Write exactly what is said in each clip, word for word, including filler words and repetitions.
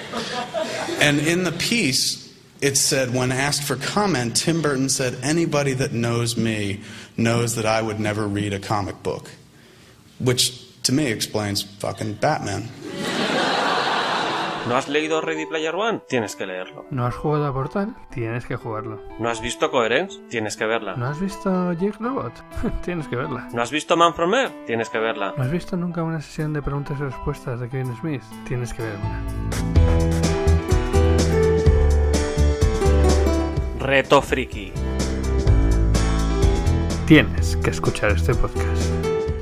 And in the piece, it said, when asked for comment, Tim Burton said, anybody that knows me knows that I would never read a comic book. Which, to me, explains fucking Batman. ¿No has leído Ready Player One? Tienes que leerlo. ¿No has jugado a Portal? Tienes que jugarlo. ¿No has visto Coherence? Tienes que verla. ¿No has visto Jake Robot? Tienes que verla. ¿No has visto Man from Earth? Tienes que verla. ¿No has visto nunca una sesión de preguntas y respuestas de Kevin Smith? Tienes que ver una. Reto Friki. Tienes que escuchar este podcast.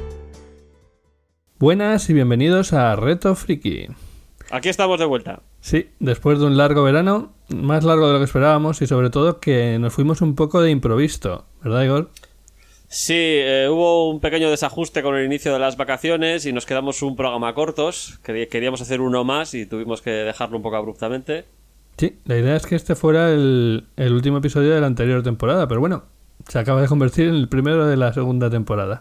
Buenas y bienvenidos a Reto Friki. Aquí estamos de vuelta. Sí, después de un largo verano, más largo de lo que esperábamos y sobre todo que nos fuimos un poco de improviso, ¿verdad, Igor? Sí, eh, hubo un pequeño desajuste con el inicio de las vacaciones y nos quedamos un programa cortos. Queríamos hacer uno más y tuvimos que dejarlo un poco abruptamente. Sí, la idea es que este fuera el, el último episodio de la anterior temporada, pero bueno, se acaba de convertir en el primero de la segunda temporada,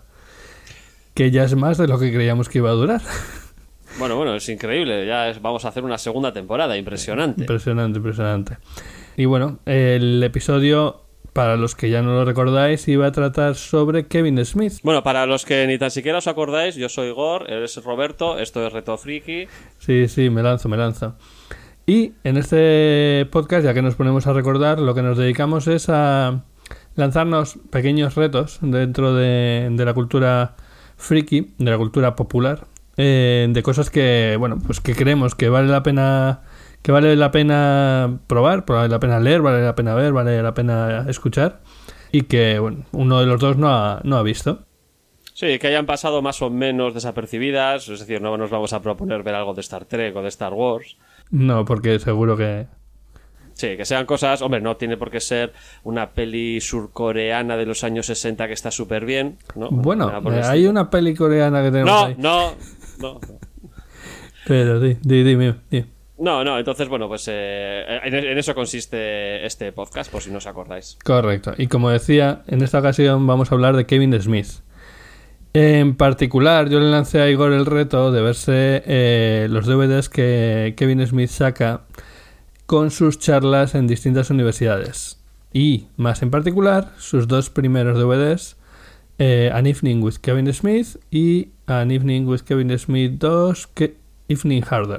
que ya es más de lo que creíamos que iba a durar. Bueno, bueno, es increíble. Ya es, vamos a hacer una segunda temporada. Impresionante. Impresionante, impresionante. Y bueno, el episodio, para los que ya no lo recordáis, iba a tratar sobre Kevin Smith. Bueno, para los que ni tan siquiera os acordáis, yo soy Igor, eres Roberto, esto es Reto Friki. Sí, sí, me lanzo, me lanzo. Y en este podcast, ya que nos ponemos a recordar, lo que nos dedicamos es a lanzarnos pequeños retos dentro de, de la cultura friki, de la cultura popular. Eh, de cosas que, bueno, pues que creemos que vale la pena que vale la pena probar, vale la pena leer, vale la pena ver, vale la pena escuchar y que, bueno, uno de los dos no ha, no ha visto. Sí, que hayan pasado más o menos desapercibidas, es decir, no nos vamos a proponer ver algo de Star Trek o de Star Wars. No, porque seguro que... Sí, que sean cosas... Hombre, no tiene por qué ser una peli surcoreana de los años sesenta que está súper bien, ¿no? Bueno, eh, hay una peli coreana que tenemos no, ahí. No, no, no. Pero di, di, dime, di. No, no, entonces, bueno, pues eh, en, en eso consiste este podcast, por si no os acordáis. Correcto. Y como decía, en esta ocasión vamos a hablar de Kevin Smith. En particular, yo le lancé a Igor el reto de verse eh, los D V Ds que Kevin Smith saca con sus charlas en distintas universidades. Y, más en particular, sus dos primeros D V Ds, eh, An Evening with Kevin Smith y An Evening with Kevin Smith dos, que Evening Harder.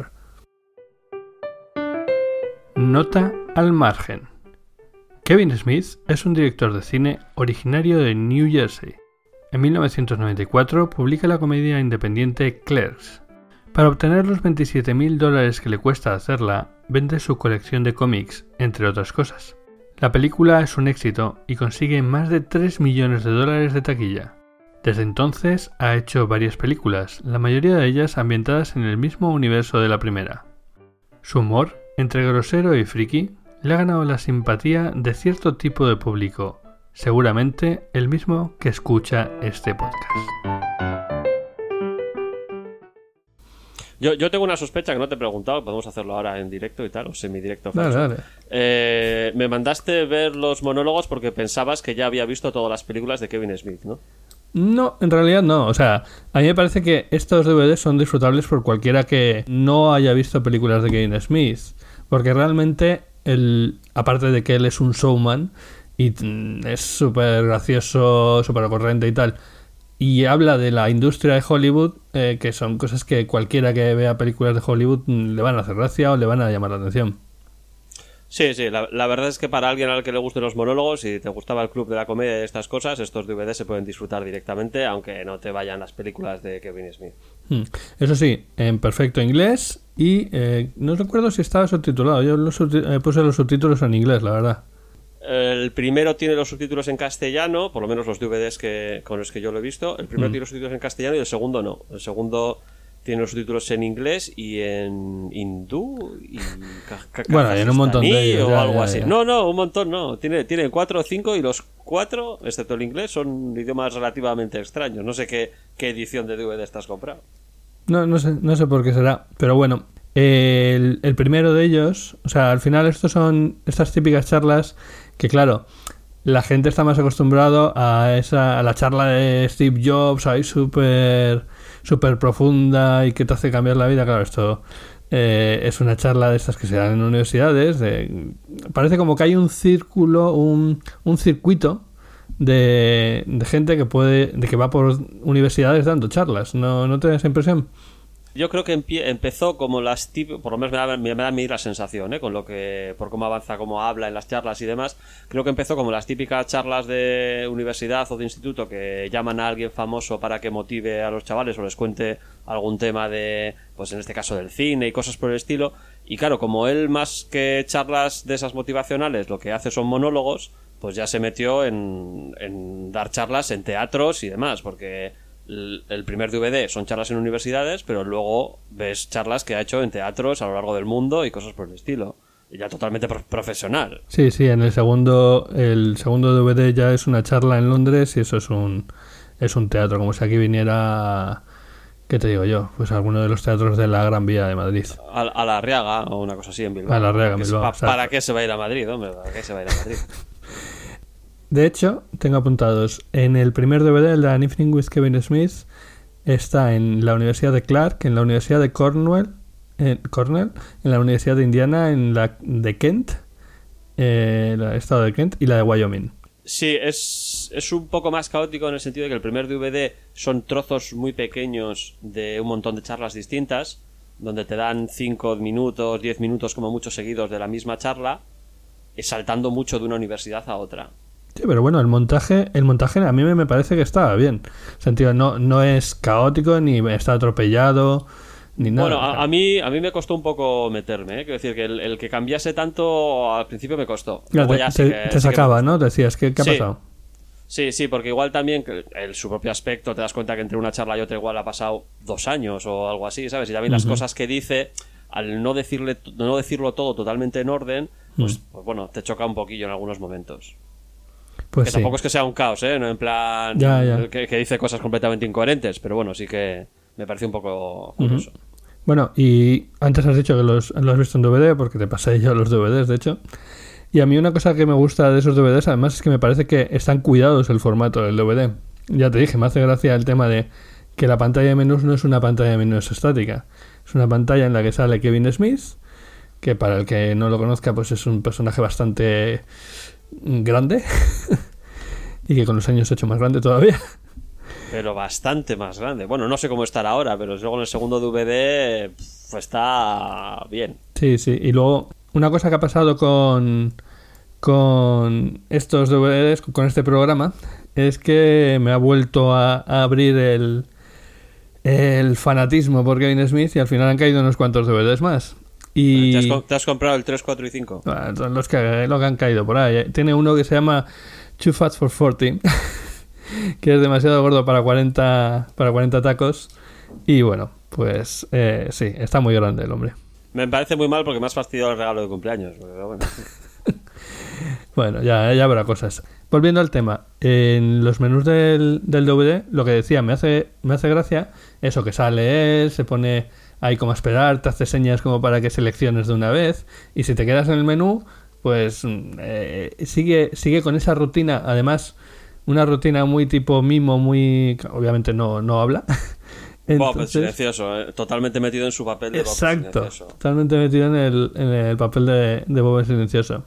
Nota al margen. Kevin Smith es un director de cine originario de New Jersey. En mil novecientos noventa y cuatro publica la comedia independiente Clerks. Para obtener los veintisiete mil dólares que le cuesta hacerla, vende su colección de cómics, entre otras cosas. La película es un éxito y consigue más de tres millones de dólares de taquilla. Desde entonces ha hecho varias películas, la mayoría de ellas ambientadas en el mismo universo de la primera. Su humor, entre grosero y friki, le ha ganado la simpatía de cierto tipo de público, seguramente el mismo que escucha este podcast. Yo, yo tengo una sospecha que no te he preguntado, podemos hacerlo ahora en directo y tal, o semidirecto. Dale, dale. Eh, me mandaste ver los monólogos porque pensabas que ya había visto todas las películas de Kevin Smith, ¿no? No, en realidad no. O sea, a mí me parece que estos D V Ds son disfrutables por cualquiera que no haya visto películas de Kevin Smith. Porque realmente, él, aparte de que él es un showman y es súper gracioso, súper corriente y tal, y habla de la industria de Hollywood, eh, que son cosas que cualquiera que vea películas de Hollywood le van a hacer gracia o le van a llamar la atención. Sí, sí, la, la verdad es que para alguien al que le gusten los monólogos, si te gustaba el club de la comedia y estas cosas, estos D V Ds se pueden disfrutar directamente, aunque no te vayan las películas de Kevin Smith. Hmm. Eso sí, en perfecto inglés y eh, no recuerdo si estaba subtitulado. Yo lo subti- eh, puse los subtítulos en inglés, la verdad. El primero tiene los subtítulos en castellano, por lo menos los D V Ds que, con los que yo lo he visto. El primero mm. tiene los subtítulos en castellano y el segundo no. El segundo tiene los subtítulos en inglés y en hindú y ca- bueno, hay un montón de ellos, o ya, algo ya, así. ya. No, no, un montón no. Tiene, tiene cuatro o cinco y los cuatro, excepto el inglés, son idiomas relativamente extraños. No sé qué, qué edición de D V D estás comprando. No, no sé, no sé por qué será, pero bueno. El, el primero de ellos, o sea, al final estos son estas típicas charlas que, claro, la gente está más acostumbrado a esa a la charla de Steve Jobs, ahí súper súper profunda y que te hace cambiar la vida. Claro, esto Eh, es una charla de estas que se dan en universidades. De, parece como que hay un círculo, un, un circuito de, de gente que puede, de que va por universidades dando charlas. ¿No, no te da esa impresión? Yo creo que empie- empezó como las típicas, por lo menos me da, me da a mí la sensación, ¿eh? Con lo que, por cómo avanza, cómo habla en las charlas y demás, creo que empezó como las típicas charlas de universidad o de instituto que llaman a alguien famoso para que motive a los chavales o les cuente algún tema de, pues en este caso del cine y cosas por el estilo. Y claro, como él más que charlas de esas motivacionales, lo que hace son monólogos, pues ya se metió en, en dar charlas en teatros y demás, porque el primer D V D son charlas en universidades, pero luego ves charlas que ha hecho en teatros a lo largo del mundo y cosas por el estilo. Ya totalmente pro- profesional. Sí, sí, en el segundo el segundo D V D ya es una charla en Londres y eso es un es un teatro, como si aquí viniera, ¿qué te digo yo? Pues alguno de los teatros de la Gran Vía de Madrid. A, a la Arriaga o una cosa así en Bilbao. A la Arriaga en Bilbao, Pa- exacto. ¿Para qué se va a ir a Madrid, hombre? ¿Para qué se va a ir a Madrid? De hecho, tengo apuntados, en el primer D V D, el de An Evening with Kevin Smith, está en la Universidad de Clark, en la Universidad de Cornwall, en Cornell, en la Universidad de Indiana, en la de Kent, eh, el estado de Kent, y la de Wyoming. Sí, es, es un poco más caótico en el sentido de que el primer D V D son trozos muy pequeños de un montón de charlas distintas, donde te dan cinco minutos, diez minutos como mucho seguidos de la misma charla, y saltando mucho de una universidad a otra. Sí, pero bueno, el montaje, el montaje a mí me parece que estaba bien. En sentido, no, no es caótico, ni está atropellado, ni nada. Bueno, a, a mí a mí me costó un poco meterme, ¿eh? Quiero decir que el, el que cambiase tanto al principio me costó. Claro, Luego te, ya sí te- que- te sí que sacaba, me- ¿no? Te decías, ¿qué, qué ha Sí. pasado? Sí, sí, porque igual también que el, su propio aspecto te das cuenta que entre una charla y otra igual ha pasado dos años o algo así, ¿sabes? Y también las Ujú. cosas que dice, al no decirle no decirlo todo totalmente en orden, pues, Mm. pues bueno, te choca un poquillo en algunos momentos. Pues Que sí. tampoco es que sea un caos, ¿eh? No en plan Ya, ya. Que, que dice cosas completamente incoherentes, pero bueno, sí que me pareció un poco curioso. Bueno, y antes has dicho que los, lo has visto en D V D, porque te pasé yo los D V Ds, de hecho. Y a mí una cosa que me gusta de esos D V Ds, además, es que me parece que están cuidados el formato del D V D. Ya te dije, me hace gracia el tema de que la pantalla de menús no es una pantalla de menús estática. Es una pantalla en la que sale Kevin Smith, que para el que no lo conozca, pues es un personaje bastante grande y que con los años se ha hecho más grande todavía. Pero bastante más grande. Bueno, no sé cómo estará ahora, pero luego en el segundo D V D pues está bien. Sí, sí. Y luego, una cosa que ha pasado con, con estos D V Ds, con este programa, es que me ha vuelto a, a abrir el, el fanatismo por Kevin Smith y al final han caído unos cuantos D V Ds más. Y ¿Te has, co- te has comprado el tres, cuatro y cinco? bueno, son los que, los que han caído por ahí. Tiene uno que se llama Too Fat for cuarenta, que es demasiado gordo para cuarenta, para cuarenta tacos. Y bueno, pues eh, sí, está muy grande el hombre. Me parece muy mal porque me has fastidiado el regalo de cumpleaños. Pero bueno. Bueno, ya, ya habrá cosas. Volviendo al tema, en los menús del, del D V D, lo que decía, me hace, me hace gracia eso, que sale él, se pone ahí como a esperar, te hace señas como para que selecciones de una vez, y si te quedas en el menú, pues eh, sigue, sigue con esa rutina, además, una rutina muy tipo mimo, muy... obviamente no, no habla. Bob Entonces- silencioso, ¿eh? Totalmente metido en su papel de Bob Exacto, silencioso. totalmente metido en el, en el papel de, de Bob el Silencioso.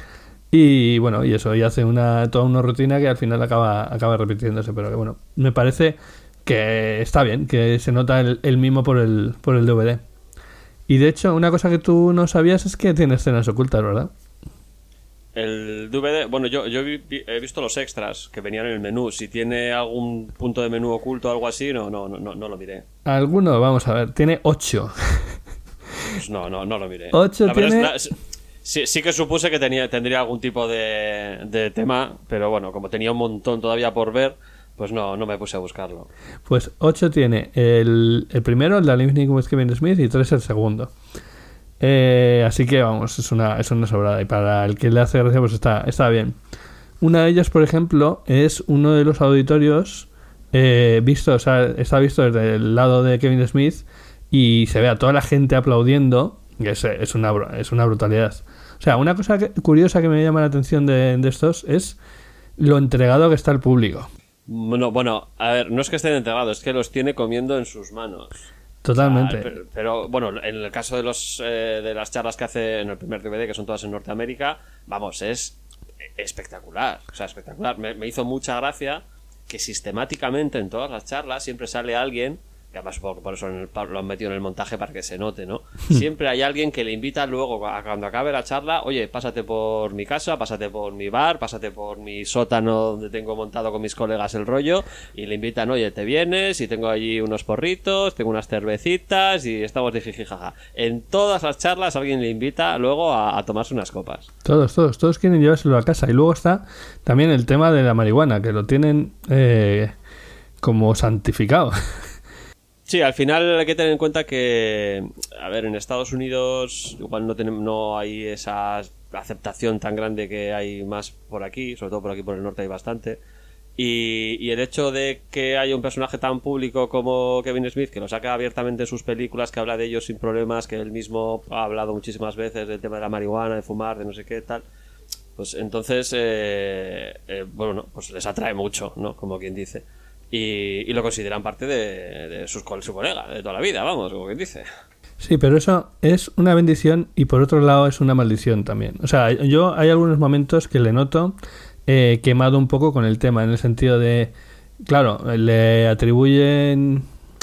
Y bueno, y eso, y hace una toda una rutina que al final acaba, acaba repitiéndose, pero que bueno, me parece que está bien, que se nota el, el mimo por el, por el D V D. Y de hecho, una cosa que tú no sabías es que tiene escenas ocultas, ¿verdad? El D V D, bueno, yo, yo vi- vi- he visto los extras que venían en el menú. Si tiene algún punto de menú oculto o algo así, no, no, no, no lo miré. Alguno, vamos a ver, tiene ocho. Pues no, no, no lo miré. Ocho La verdad tiene- es- la- sí, sí que supuse que tenía, tendría algún tipo de, de tema, pero bueno, como tenía un montón todavía por ver, pues no, no me puse a buscarlo. Pues ocho tiene el, el primero, el de An Evening with Kevin Smith, y tres el segundo. Eh, así que vamos, es una, es una sobrada. Y para el que le hace gracia, pues está, está bien. Una de ellas, por ejemplo, es uno de los auditorios eh, visto, o sea, está visto desde el lado de Kevin Smith y se ve a toda la gente aplaudiendo, que es, es, una, br- es una brutalidad. O sea, una cosa que- curiosa que me llama la atención de, de estos es lo entregado que está el público. Bueno, bueno, a ver, no es que estén entregados, es que los tiene comiendo en sus manos. Totalmente. O sea, pero, pero bueno, en el caso de los eh, de las charlas que hace en el primer D V D, que son todas en Norteamérica, vamos, es espectacular. O sea, espectacular. Me, me hizo mucha gracia que sistemáticamente en todas las charlas siempre sale alguien, que además por, por eso en el, lo han metido en el montaje para que se note, ¿no? Siempre hay alguien que le invita luego, a, cuando acabe la charla, oye, pásate por mi casa, pásate por mi bar, pásate por mi sótano donde tengo montado con mis colegas el rollo, y le invitan, oye, te vienes y tengo allí unos porritos, tengo unas cervecitas y estamos de jijijaja. En todas las charlas alguien le invita luego a, a tomarse unas copas. Todos, todos, todos quieren llevárselo a casa. Y luego está también el tema de la marihuana, que lo tienen eh, como santificado. Sí, al final hay que tener en cuenta que, a ver, en Estados Unidos igual no tenemos, no hay esa aceptación tan grande que hay más por aquí, sobre todo por aquí por el norte hay bastante. Y, y el hecho de que haya un personaje tan público como Kevin Smith, que lo saca abiertamente en sus películas, que habla de ellos sin problemas, que él mismo ha hablado muchísimas veces del tema de la marihuana, de fumar, de no sé qué tal, pues entonces, eh, eh, bueno, pues les atrae mucho, ¿no? Como quien dice. Y, y lo consideran parte de, de sus, su colega de toda la vida, vamos, como quien dice. Sí, pero eso es una bendición y por otro lado es una maldición también. O sea, yo hay algunos momentos que le noto eh, quemado un poco con el tema, en el sentido de, claro, le atribuyen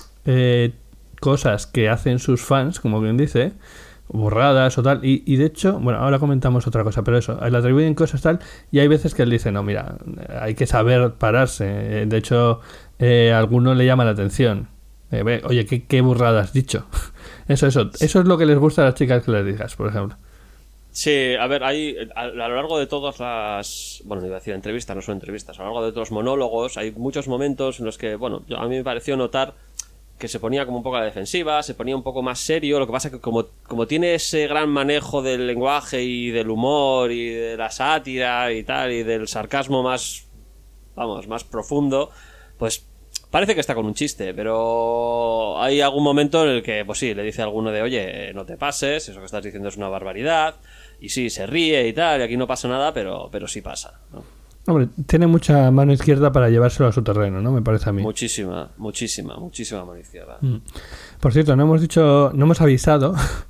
eh, cosas que hacen sus fans, como quien dice, burradas o tal, y, y de hecho, bueno, ahora comentamos otra cosa, pero eso, le atribuyen cosas tal, y hay veces que él dice, no, mira, hay que saber pararse. De hecho, eh, a alguno le llama la atención, eh, ve, oye, ¿qué, qué burrada has dicho? Eso, eso, eso es lo que les gusta a las chicas que les digas, por ejemplo. Sí, a ver, hay a, a lo largo de todas las, bueno, no iba a decir entrevistas, no son entrevistas, a lo largo de todos los monólogos hay muchos momentos en los que, bueno, yo, a mí me pareció notar que se ponía como un poco a la defensiva, se ponía un poco más serio. Lo que pasa que como, como tiene ese gran manejo del lenguaje y del humor y de la sátira y tal, y del sarcasmo más, vamos, más profundo, pues parece que está con un chiste, pero hay algún momento en el que, pues sí, le dice a alguno de, oye, no te pases, eso que estás diciendo es una barbaridad, y sí, se ríe y tal, y aquí no pasa nada, pero, pero sí pasa, ¿no? Hombre, tiene mucha mano izquierda para llevárselo a su terreno, ¿no? Me parece a mí. Muchísima, muchísima, muchísima mano izquierda. Mm. Por cierto, no hemos dicho, no hemos avisado,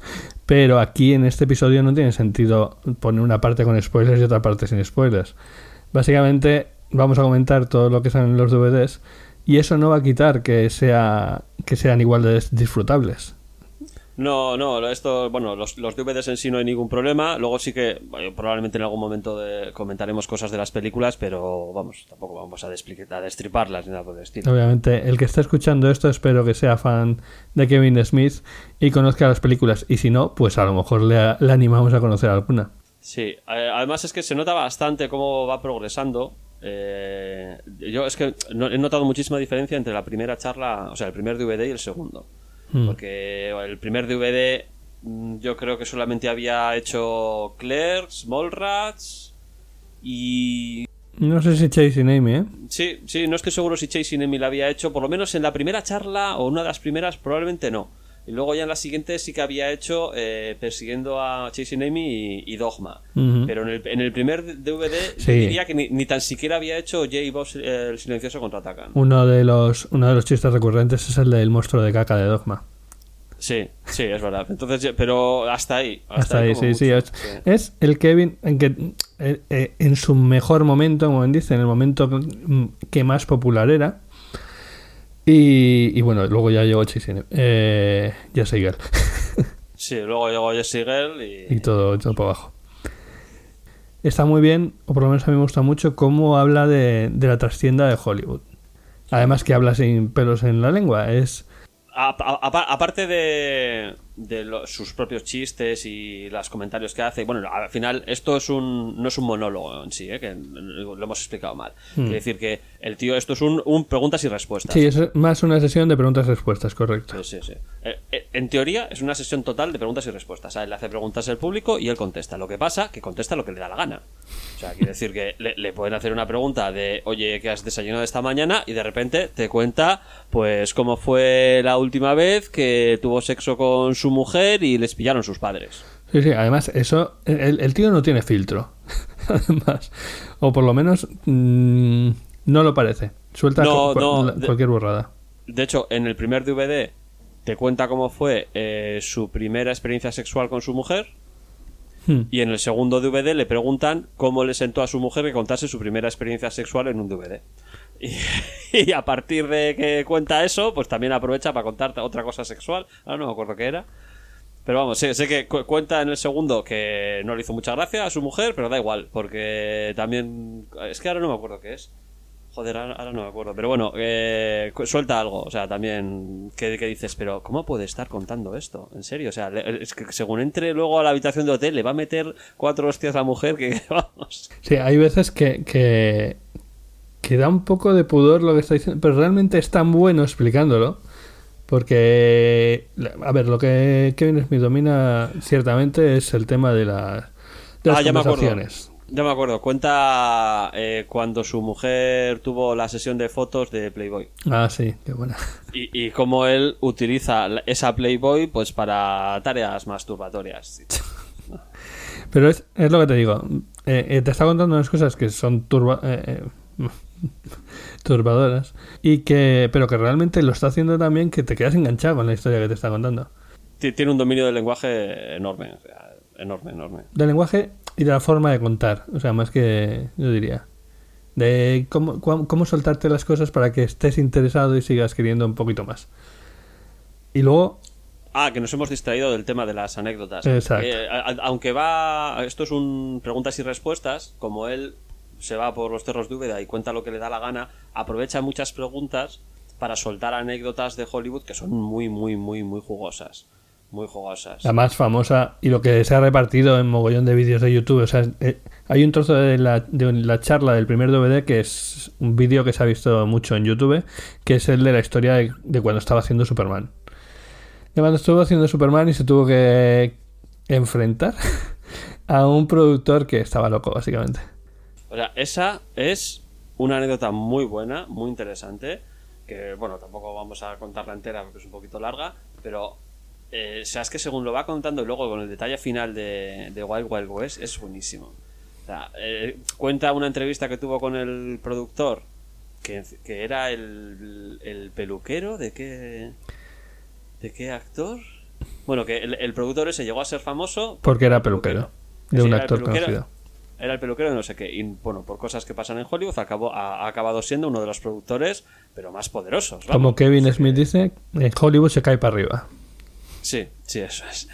pero aquí en este episodio no tiene sentido poner una parte con spoilers y otra parte sin spoilers. Básicamente vamos a comentar todo lo que sale en los D V Ds y eso no va a quitar que sea que sean igual de disfrutables. No, no, esto, bueno, los, los D V Ds en sí no hay ningún problema. Luego sí que bueno, probablemente en algún momento de, comentaremos cosas de las películas, pero vamos, tampoco vamos a, desplique, a destriparlas ni nada por el estilo. Obviamente, el que está escuchando esto espero que sea fan de Kevin Smith y conozca las películas, y si no, pues a lo mejor le, le animamos a conocer alguna. Sí, eh, además es que se nota bastante cómo va progresando. Eh, yo es que no, he notado muchísima diferencia entre la primera charla, o sea, el primer D V D y el segundo. Porque el primer D V D yo creo que solamente había hecho Clerks, Mallrats y... No sé si Chasing Amy, ¿eh? Sí, sí, no estoy seguro si Chasing Amy la había hecho. Por lo menos en la primera charla o una de las primeras probablemente no. Y luego ya en la siguiente sí que había hecho eh, Persiguiendo a Chasing Amy y, y Dogma. Uh-huh. Pero en el, en el primer D V D sí. diría que ni, ni tan siquiera había hecho J y Bob eh, el Silencioso Contraatacan. Uno de los uno de los chistes recurrentes es el del monstruo de caca de Dogma. Sí, sí, es verdad. Entonces, pero hasta ahí. Hasta, hasta ahí, sí, sí es, sí. Es el Kevin en que eh, eh, en su mejor momento, como dice, en el momento que más popular era. Y, y bueno, luego ya llegó Chasing eh, Jesse Girl. Sí, luego llegó Jesse Girl y... Y todo, todo por abajo. Está muy bien, o por lo menos a mí me gusta mucho, cómo habla de, de la trastienda de Hollywood. Además que habla sin pelos en la lengua. Es... A, a, a, aparte de, de lo, sus propios chistes y los comentarios que hace, bueno, al final esto es un no es un monólogo en sí, ¿eh? Que lo hemos explicado mal. Mm. Quiere decir que el tío, esto es un, un preguntas y respuestas. Sí, es más una sesión de preguntas y respuestas, correcto. Sí, sí, sí. Eh, eh, en teoría es una sesión total de preguntas y respuestas. O sea, él hace preguntas al público y él contesta. Lo que pasa que contesta lo que le da la gana. O sea, quiere decir que le, le pueden hacer una pregunta de, oye, ¿qué has desayunado esta mañana? Y de repente te cuenta, pues, cómo fue la última vez que tuvo sexo con su mujer y les pillaron sus padres. Sí, sí, además, eso, el, el tío no tiene filtro. Además, o por lo menos mmm, no lo parece. Suelta no, cu- no, cu- cualquier de, burrada. De hecho, en el primer D V D te cuenta cómo fue eh, su primera experiencia sexual con su mujer. Y en el segundo D V D le preguntan cómo le sentó a su mujer que contase su primera experiencia sexual en un D V D. Y, y a partir de que cuenta eso, pues también aprovecha para contar otra cosa sexual. Ahora no me acuerdo qué era. Pero vamos, sé, sé que cu- cuenta en el segundo que no le hizo mucha gracia a su mujer, pero da igual, porque también... Es que ahora no me acuerdo qué es. Joder, ahora, ahora no me acuerdo. Pero bueno, eh, suelta algo. O sea, también que, que dices, pero ¿cómo puede estar contando esto? En serio, o sea, le, es que según entre luego a la habitación de hotel le va a meter cuatro hostias a la mujer que vamos. Sí, hay veces que, que, que da un poco de pudor lo que está diciendo, pero realmente es tan bueno explicándolo. Porque, a ver, lo que Kevin Smith domina ciertamente es el tema de, la, de las Ah, ya me acuerdo. conversaciones. Ya me acuerdo, cuenta eh, cuando su mujer tuvo la sesión de fotos de Playboy. Ah, sí, qué buena. Y, y cómo él utiliza esa Playboy pues para tareas masturbatorias. Pero es, es lo que te digo. Eh, eh, te está contando unas cosas que son turba, eh, eh, turbadoras. Y que, pero que realmente lo está haciendo también que te quedas enganchado con la historia que te está contando. Tiene un dominio del lenguaje enorme. O sea, enorme, enorme. Del lenguaje y de la forma de contar. O sea, más que, yo diría. De cómo, cómo, cómo soltarte las cosas para que estés interesado y sigas queriendo un poquito más. Y luego... Ah, que nos hemos distraído del tema de las anécdotas. Exacto. Eh, a, a, aunque va... Esto es un preguntas y respuestas. Como él se va por los cerros de Úbeda y cuenta lo que le da la gana, aprovecha muchas preguntas para soltar anécdotas de Hollywood que son muy, muy, muy, muy jugosas. Muy jugosas. La más famosa y lo que se ha repartido en mogollón de vídeos de YouTube. O sea, eh, hay un trozo de la, de la charla del primer D V D que es un vídeo que se ha visto mucho en YouTube, que es el de la historia de, de cuando estaba haciendo Superman. De cuando estuvo haciendo Superman y se tuvo que enfrentar a un productor que estaba loco, básicamente. O sea, esa es una anécdota muy buena, muy interesante, que, bueno, tampoco vamos a contarla entera porque es un poquito larga, pero... Eh, o sea, es que según lo va contando y luego con el detalle final de, de Wild Wild West es buenísimo. O sea, eh, cuenta una entrevista que tuvo con el productor que, que era el, el peluquero de qué de qué actor. Bueno, que el, el productor ese llegó a ser famoso porque era peluquero, de sí, un era actor peluquero, conocido. Era el peluquero de no sé qué. Y bueno, por cosas que pasan en Hollywood acabó, ha, ha acabado siendo uno de los productores pero más poderosos. Vamos. Como Kevin O sea, Smith que... dice, en Hollywood se cae para arriba. Sí, sí, eso es.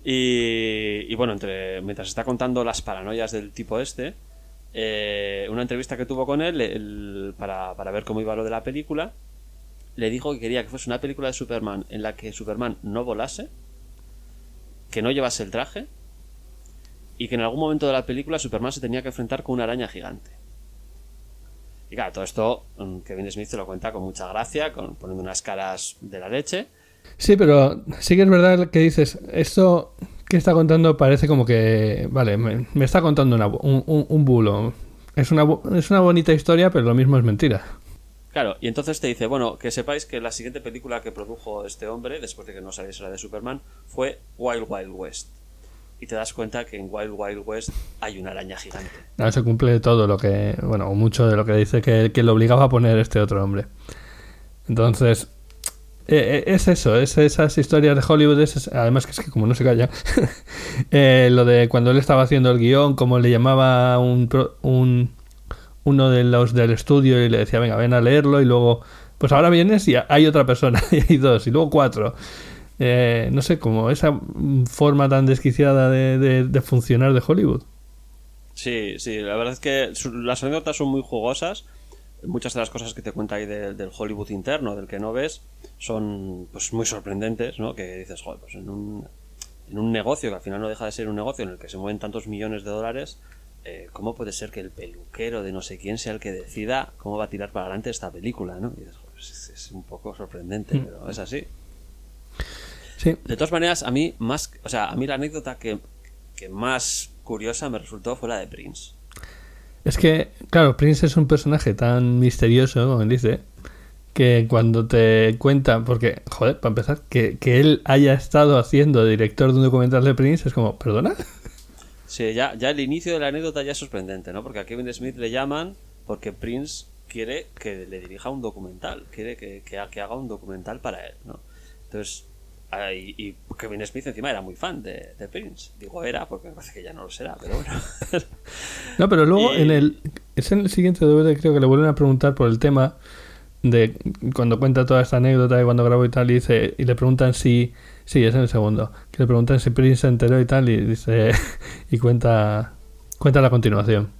Y, y bueno, entre, mientras está contando las paranoias del tipo este, eh, una entrevista que tuvo con él, el, para, para ver cómo iba lo de la película, le dijo que quería que fuese una película de Superman en la que Superman no volase, que no llevase el traje, y que en algún momento de la película Superman se tenía que enfrentar con una araña gigante. Y claro, todo esto Kevin Smith se lo cuenta con mucha gracia, con, poniendo unas caras de la leche. Sí, pero sí que es verdad que dices, esto que está contando parece como que, vale, me, me está contando una, un, un, un bulo. Es una, es una bonita historia, pero lo mismo es mentira. Claro, y entonces te dice, bueno, que sepáis que la siguiente película que produjo este hombre, después de que no saliese la de Superman, fue Wild Wild West. Y te das cuenta que en Wild Wild West hay una araña gigante. No se cumple todo lo que, bueno, o mucho de lo que dice que, que le obligaba a poner este otro hombre. Entonces... Eh, es eso, es esas historias de Hollywood, es, además que es que como no se calla, eh, lo de cuando él estaba haciendo el guión, como le llamaba un, un uno de los del estudio y le decía, venga, ven a leerlo, y luego, pues ahora vienes y hay otra persona, y hay dos, y luego cuatro. Eh, no sé, como esa forma tan desquiciada de, de, de funcionar de Hollywood. Sí, sí, la verdad es que las anécdotas son muy jugosas. Muchas de las cosas que te cuenta ahí de, del Hollywood interno, del que no ves, son pues muy sorprendentes, ¿no? Que dices, joder, pues en un, en un negocio que al final no deja de ser un negocio en el que se mueven tantos millones de dólares, eh, ¿cómo puede ser que el peluquero de no sé quién sea el que decida cómo va a tirar para adelante esta película, ¿no? Y dices, joder, es, es un poco sorprendente, mm. pero es así. Sí. De todas maneras, a mí más, o sea, a mí la anécdota que, que más curiosa me resultó fue la de Prince. Es que, claro, Prince es un personaje tan misterioso, como dice, que cuando te cuenta, porque, joder, para empezar, que, que él haya estado haciendo de director de un documental de Prince es como, ¿perdona? Sí, ya, ya el inicio de la anécdota ya es sorprendente, ¿no? Porque a Kevin Smith le llaman porque Prince quiere que le dirija un documental, quiere que, que, que haga un documental para él, ¿no? Entonces, Uh, y, y Kevin Smith encima era muy fan de, de Prince. Digo era, porque me parece que ya no lo será, pero bueno. No, pero luego y... en el es en el siguiente D V D creo que le vuelven a preguntar por el tema de cuando cuenta toda esta anécdota de cuando grabó y tal, y dice, y le preguntan si sí, es en el segundo, que le preguntan si Prince se enteró y tal, y dice y cuenta cuenta la continuación.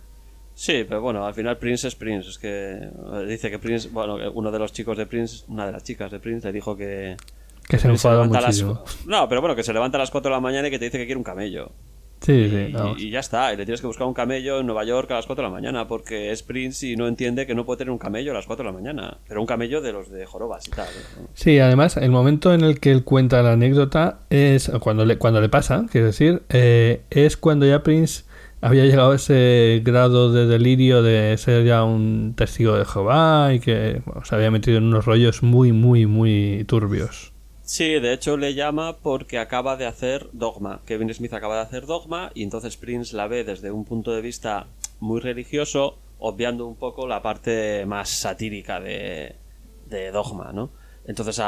Sí, pero bueno, al final Prince es Prince. Es que dice que Prince, bueno, uno de los chicos de Prince, una de las chicas de Prince le dijo que Que se enfada muchísimo. Las... No, pero bueno, que se levanta a las cuatro de la mañana y que te dice que quiere un camello. Sí, y, sí, vamos. Y ya está, y le tienes que buscar un camello en Nueva York a las cuatro de la mañana porque es Prince y no entiende que no puede tener un camello a las cuatro de la mañana. Pero un camello de los de jorobas y tal, ¿no? Sí, además, el momento en el que él cuenta la anécdota es cuando le, cuando le pasa, quiero decir, eh, es cuando ya Prince había llegado a ese grado de delirio de ser ya un testigo de Jehová y que bueno, se había metido en unos rollos muy, muy, muy turbios. Sí, de hecho le llama porque acaba de hacer Dogma. Kevin Smith acaba de hacer Dogma y entonces Prince la ve desde un punto de vista muy religioso, obviando un poco la parte más satírica de, de Dogma, ¿no? Entonces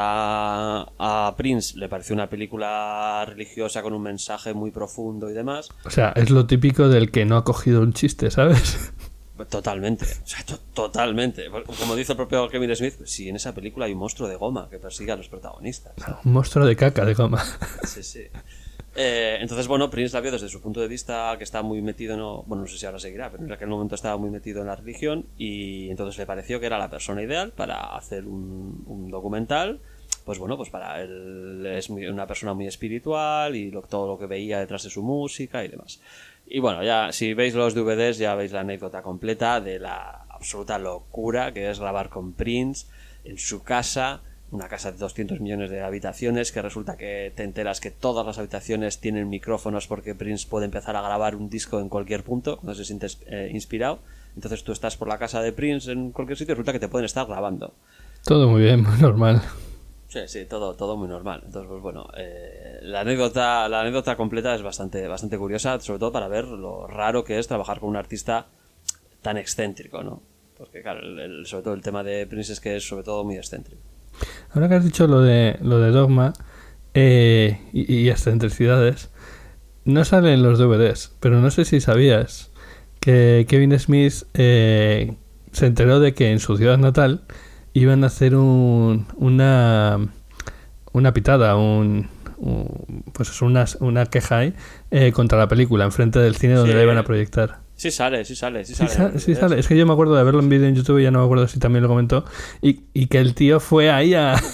a, a Prince le pareció una película religiosa con un mensaje muy profundo y demás. O sea, es lo típico del que no ha cogido un chiste, ¿sabes? Totalmente, o sea, to- totalmente. Como dice el propio Kevin Smith, si en esa película hay un monstruo de goma que persigue a los protagonistas. Un monstruo de caca de goma. Sí, sí. Eh, entonces, bueno, Prince la vio desde su punto de vista, que está muy metido, no, bueno, no sé si ahora seguirá, pero en aquel momento estaba muy metido en la religión y entonces le pareció que era la persona ideal para hacer un, un documental. Pues bueno, pues para él es muy, una persona muy espiritual y lo, todo lo que veía detrás de su música y demás. Y bueno, ya si veis los D V Ds ya veis la anécdota completa de la absoluta locura que es grabar con Prince en su casa, una casa de doscientos millones de habitaciones, que resulta que te enteras que todas las habitaciones tienen micrófonos porque Prince puede empezar a grabar un disco en cualquier punto cuando se siente eh, inspirado. Entonces tú estás por la casa de Prince en cualquier sitio y resulta que te pueden estar grabando. Todo muy bien, muy normal. Sí, sí, todo, todo muy normal. Entonces, pues bueno, eh, la anécdota, la anécdota completa es bastante, bastante curiosa, sobre todo para ver lo raro que es trabajar con un artista tan excéntrico, ¿no? Porque claro, el, el, sobre todo el tema de Prince es que es sobre todo muy excéntrico. Ahora que has dicho lo de lo de Dogma eh, y, y excentricidades, no sale en los D V Ds, pero no sé si sabías que Kevin Smith eh, se enteró de que en su ciudad natal iban a hacer un, una una pitada, un, un pues una, una queja ahí eh, contra la película enfrente del cine donde sí, la iban a proyectar. Sí sale, sí sale, sí sale. Sí, sa- sí sale. Es que yo me acuerdo de verlo en vídeo en YouTube y ya no me acuerdo si también lo comentó. Y, y que el tío fue ahí a... a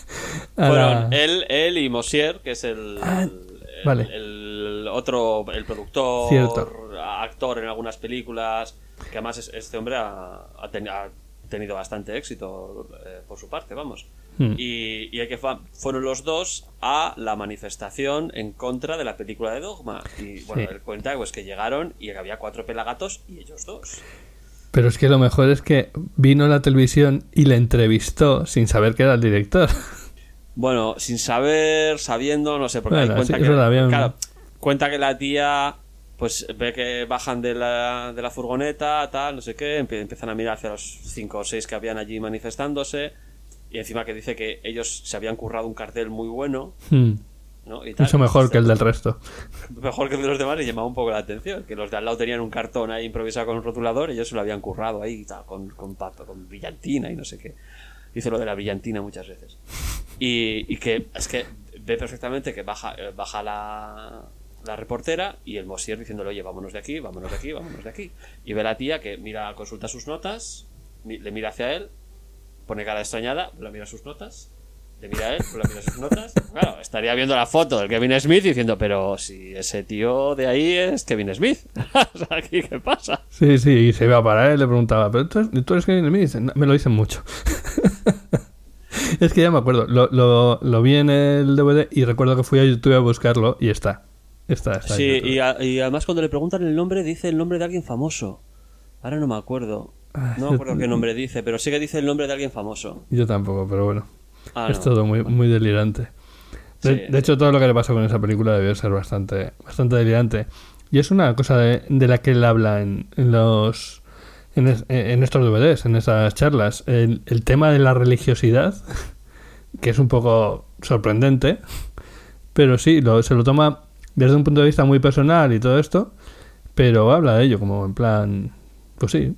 Fueron la... él, él y Mosier, que es el, ah, el, vale. el otro, el productor, cierto, actor en algunas películas, que además es, este hombre ha, ha, ten, ha tenido bastante éxito eh, por su parte, vamos. Hmm. Y, y que fue, fueron los dos a la manifestación en contra de la película de Dogma. Y bueno, sí, él cuenta pues, que llegaron y que había cuatro pelagatos y ellos dos. Pero es que lo mejor es que vino a la televisión y le entrevistó sin saber que era el director. Bueno, sin saber, sabiendo, no sé, porque bueno, cuenta, sí, que, bien... claro, cuenta que la tía pues ve que bajan de la, de la furgoneta, tal, no sé qué, empiezan a mirar hacia los cinco o seis que habían allí manifestándose. Y encima que dice que ellos se habían currado un cartel muy bueno, hmm. ¿no? Y tal. Mucho mejor Entonces, que el del resto. Mejor que el de los demás, y llamaba un poco la atención. Que los de al lado tenían un cartón ahí improvisado con un rotulador y ellos se lo habían currado ahí tal, con, con, con brillantina y no sé qué. Dice lo de la brillantina muchas veces. Y, y que es que ve perfectamente que baja, baja la, la reportera y el Mosier diciéndole, oye, vámonos de aquí, vámonos de aquí, vámonos de aquí. Y ve la tía que mira, consulta sus notas, le mira hacia él, pone cara extrañada, le mira sus notas, le mira a él, le mira sus notas. Claro, estaría viendo la foto del Kevin Smith diciendo, pero si ese tío de ahí es Kevin Smith. O sea, ¿aquí qué pasa? Sí, sí, y se iba para él, le preguntaba, ¿pero tú, tú eres Kevin Smith? No, me lo dicen mucho. Es que ya me acuerdo, lo, lo, lo vi en el D V D y recuerdo que fui a YouTube a buscarlo y está. Está, está. Sí, y, a, y además cuando le preguntan el nombre, dice el nombre de alguien famoso. Ahora no me acuerdo. No me acuerdo qué nombre dice, pero sí que dice el nombre de alguien famoso. Yo tampoco, pero bueno. Ah, es no. todo muy, muy delirante. De, sí, de hecho, todo lo que le pasó con esa película debió ser bastante, bastante delirante. Y es una cosa de, de la que él habla en, en los en, es, en estos D V Ds, en esas charlas. El, el tema de la religiosidad, que es un poco sorprendente, pero sí, lo, se lo toma desde un punto de vista muy personal y todo esto, pero habla de ello como en plan, pues sí.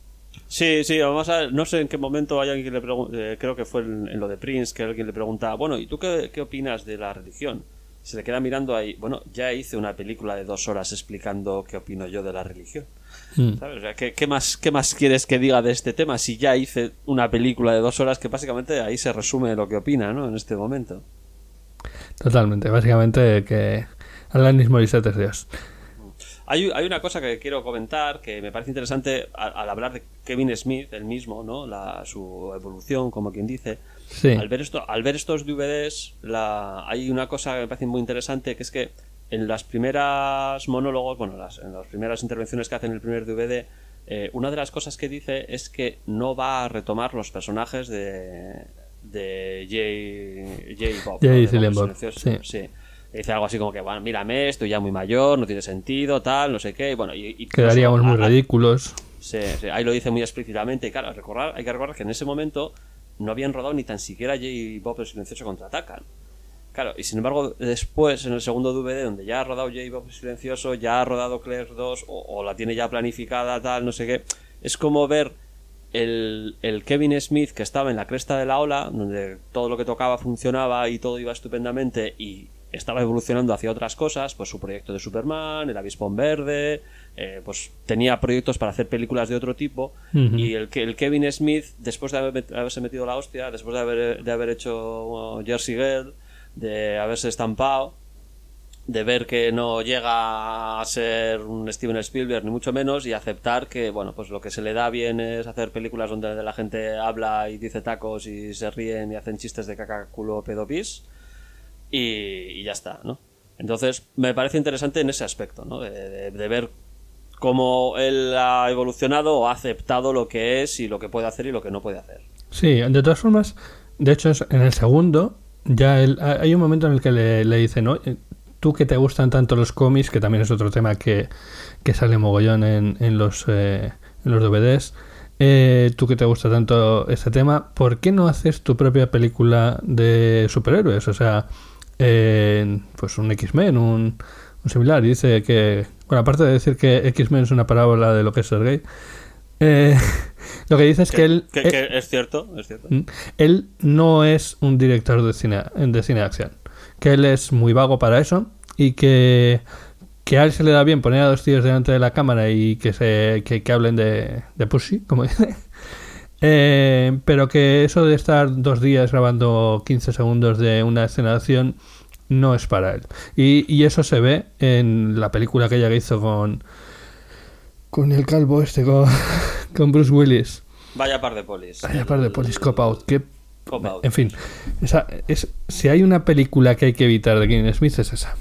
Sí, sí, vamos a ver, no sé en qué momento hay alguien que le pregunta, eh, creo que fue en, en lo de Prince, que alguien le pregunta, bueno, ¿y tú qué, qué opinas de la religión? Se le queda mirando ahí, bueno, ya hice una película de dos horas explicando qué opino yo de la religión. Mm. ¿Sabes? O sea, ¿qué, qué, más, ¿Qué más quieres que diga de este tema si ya hice una película de dos horas que básicamente ahí se resume lo que opina, ¿no? En este momento. Totalmente, básicamente que Alanis Morissette es Dios. Hay, hay una cosa que quiero comentar que me parece interesante al, al hablar de Kevin Smith, el mismo, ¿no? La, su evolución, como quien dice. Sí. Al ver esto, al ver estos D V Ds, la, hay una cosa que me parece muy interesante, que es que en las primeras monólogos, bueno, las, en las primeras intervenciones que hace en el primer D V D, eh, una de las cosas que dice es que no va a retomar los personajes de de J. J. Bob, J. ¿no? Silent Bob, sí. sí. Dice algo así como que, bueno, mírame, estoy ya muy mayor, no tiene sentido, tal, no sé qué, y bueno, y, y quedaríamos eso, muy a, ridículos. Sí, sí, ahí lo dice muy explícitamente, y claro, recordar, hay que recordar que en ese momento no habían rodado ni tan siquiera J. Bob el Silencioso contraatacan. Claro, y sin embargo, después, en el segundo D V D, donde ya ha rodado J. Bob el Silencioso, ya ha rodado Clerks dos, o, o la tiene ya planificada, tal, no sé qué, es como ver el, el Kevin Smith que estaba en la cresta de la ola, donde todo lo que tocaba funcionaba y todo iba estupendamente, y estaba evolucionando hacia otras cosas, pues su proyecto de Superman, el Avispón Verde, eh, pues tenía proyectos para hacer películas de otro tipo, uh-huh. y el, el Kevin Smith, después de haber, haberse metido la hostia, después de haber, de haber hecho uh, Jersey Girl, de haberse estampado, de ver que no llega a ser un Steven Spielberg ni mucho menos, y aceptar que, bueno, pues lo que se le da bien es hacer películas donde la gente habla y dice tacos y se ríen y hacen chistes de caca, culo, pedo, pis. Y, y ya está, ¿no? Entonces me parece interesante en ese aspecto, ¿no? De, de, de ver cómo él ha evolucionado o ha aceptado lo que es y lo que puede hacer y lo que no puede hacer. Sí, de todas formas, de hecho en el segundo ya él, hay un momento en el que le, le dice, ¿no? Tú que te gustan tanto los cómics, que también es otro tema que, que sale mogollón en, en, los, eh, en los D V Ds, eh, tú que te gusta tanto este tema, ¿por qué no haces tu propia película de superhéroes? O sea, Eh, pues un X-Men, un, un similar. Y dice que, bueno, aparte de decir que X-Men es una parábola de lo que es ser gay, eh, lo que dice es que, que él que, que es cierto, es cierto. Él no es un director de cine de cine de acción, que él es muy vago para eso, y que que a él se le da bien poner a dos tíos delante de la cámara y que se que, que hablen de, de pussy, como dice. Eh, pero que eso de estar dos días grabando quince segundos de una escena de acción no es para él. Y, y eso se ve en la película aquella que hizo con con el calvo este, con, con Bruce Willis. Vaya par de polis. Vaya par de polis, Cop Out. Que, Cop Out. En fin, esa, es, si hay una película que hay que evitar de Kevin Smith es esa.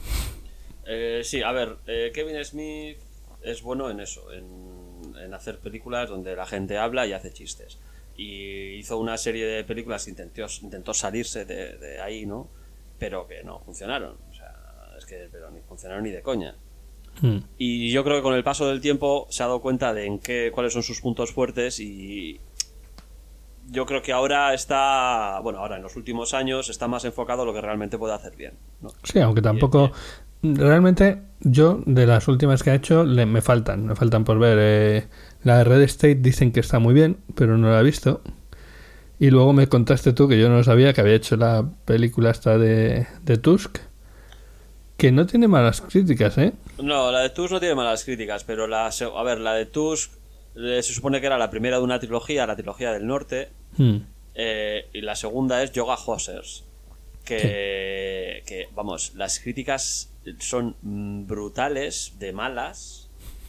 Eh, sí, a ver, eh, Kevin Smith es bueno en eso, en en hacer películas donde la gente habla y hace chistes, y hizo una serie de películas que intentó, intentó salirse de, de ahí, ¿no? Pero que no funcionaron, o sea, es que pero ni funcionaron ni de coña. hmm. Y yo creo que con el paso del tiempo se ha dado cuenta de en qué, cuáles son sus puntos fuertes, y yo creo que ahora está, bueno, ahora en los últimos años está más enfocado a lo que realmente puede hacer bien, ¿no? Sí, aunque tampoco y, y, realmente yo de las últimas que ha hecho le, me faltan, me faltan por ver. Eh, la de Red State dicen que está muy bien, pero no la he visto. Y luego me contaste tú, que yo no lo sabía, que había hecho la película esta de, de Tusk, que no tiene malas críticas, ¿eh? No, la de Tusk no tiene malas críticas, pero la, a ver, la de Tusk se supone que era la primera de una trilogía, la trilogía del norte, hmm. eh, y la segunda es Yoga Hosers, que, que, vamos, las críticas son brutales, de malas.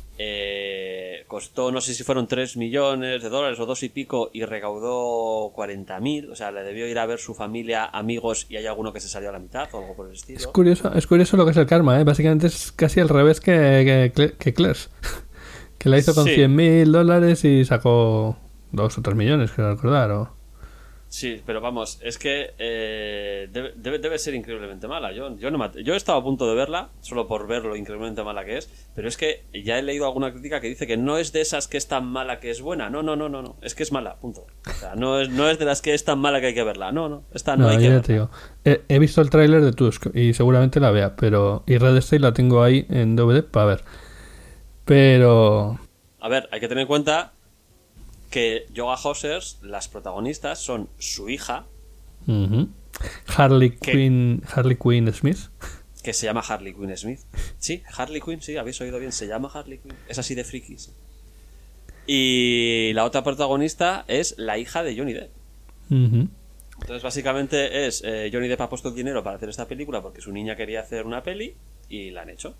Eh, costó, no sé si fueron tres millones de dólares o dos y pico, y recaudó cuarenta mil, o sea, le debió ir a ver su familia, amigos, y hay alguno que se salió a la mitad o algo por el estilo. Es curioso, es curioso lo que es el karma, ¿eh? Básicamente es casi al revés que, que, que Clerks, que la hizo con sí. cien mil dólares y sacó dos o tres millones, quiero recordar, o... Sí, pero vamos, es que eh, debe, debe, debe ser increíblemente mala. Yo, yo, no me, yo he estado a punto de verla, solo por ver lo increíblemente mala que es, pero es que ya he leído alguna crítica que dice que no es de esas que es tan mala que es buena. No, no, no, no, no. Es que es mala, punto. O sea, no es, no es de las que es tan mala que hay que verla. No, no, esta no, no hay que ya verla. Te digo. He, he visto el tráiler de Tusk y seguramente la vea, pero y Red State la tengo ahí en D V D para ver. Pero... A ver, hay que tener en cuenta que Yoga Hosers, las protagonistas son su hija, uh-huh. Harley que, Quinn Harley Quinn Smith, que se llama Harley Quinn Smith. Sí, Harley Quinn, sí, habéis oído bien, se llama Harley Quinn. Es así de frikis. Y la otra protagonista es la hija de Johnny Depp. uh-huh. Entonces básicamente es eh, Johnny Depp ha puesto el dinero para hacer esta película porque su niña quería hacer una peli y la han hecho.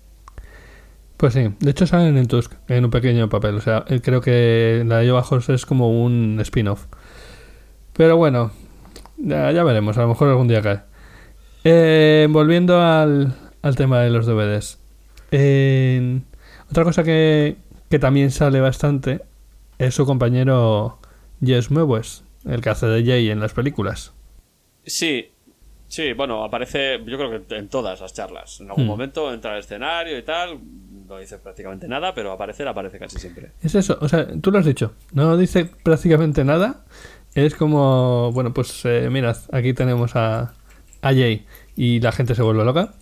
Pues sí, de hecho salen en Tusk en un pequeño papel, o sea, creo que la de Yoga Horse es como un spin-off. Pero bueno, ya, ya veremos, a lo mejor algún día cae. Eh, volviendo al, al tema de los D V Ds. Eh, otra cosa que, que también sale bastante es su compañero Jess Mewes, el que hace de Jay en las películas. Sí, sí, bueno, aparece yo creo que en todas las charlas. En algún mm. momento entra al escenario y tal, no dice prácticamente nada, pero aparecer aparece casi siempre. Es eso, o sea, tú lo has dicho, no dice prácticamente nada. Es como, bueno, pues eh, mirad, aquí tenemos a, a Jay y la gente se vuelve loca.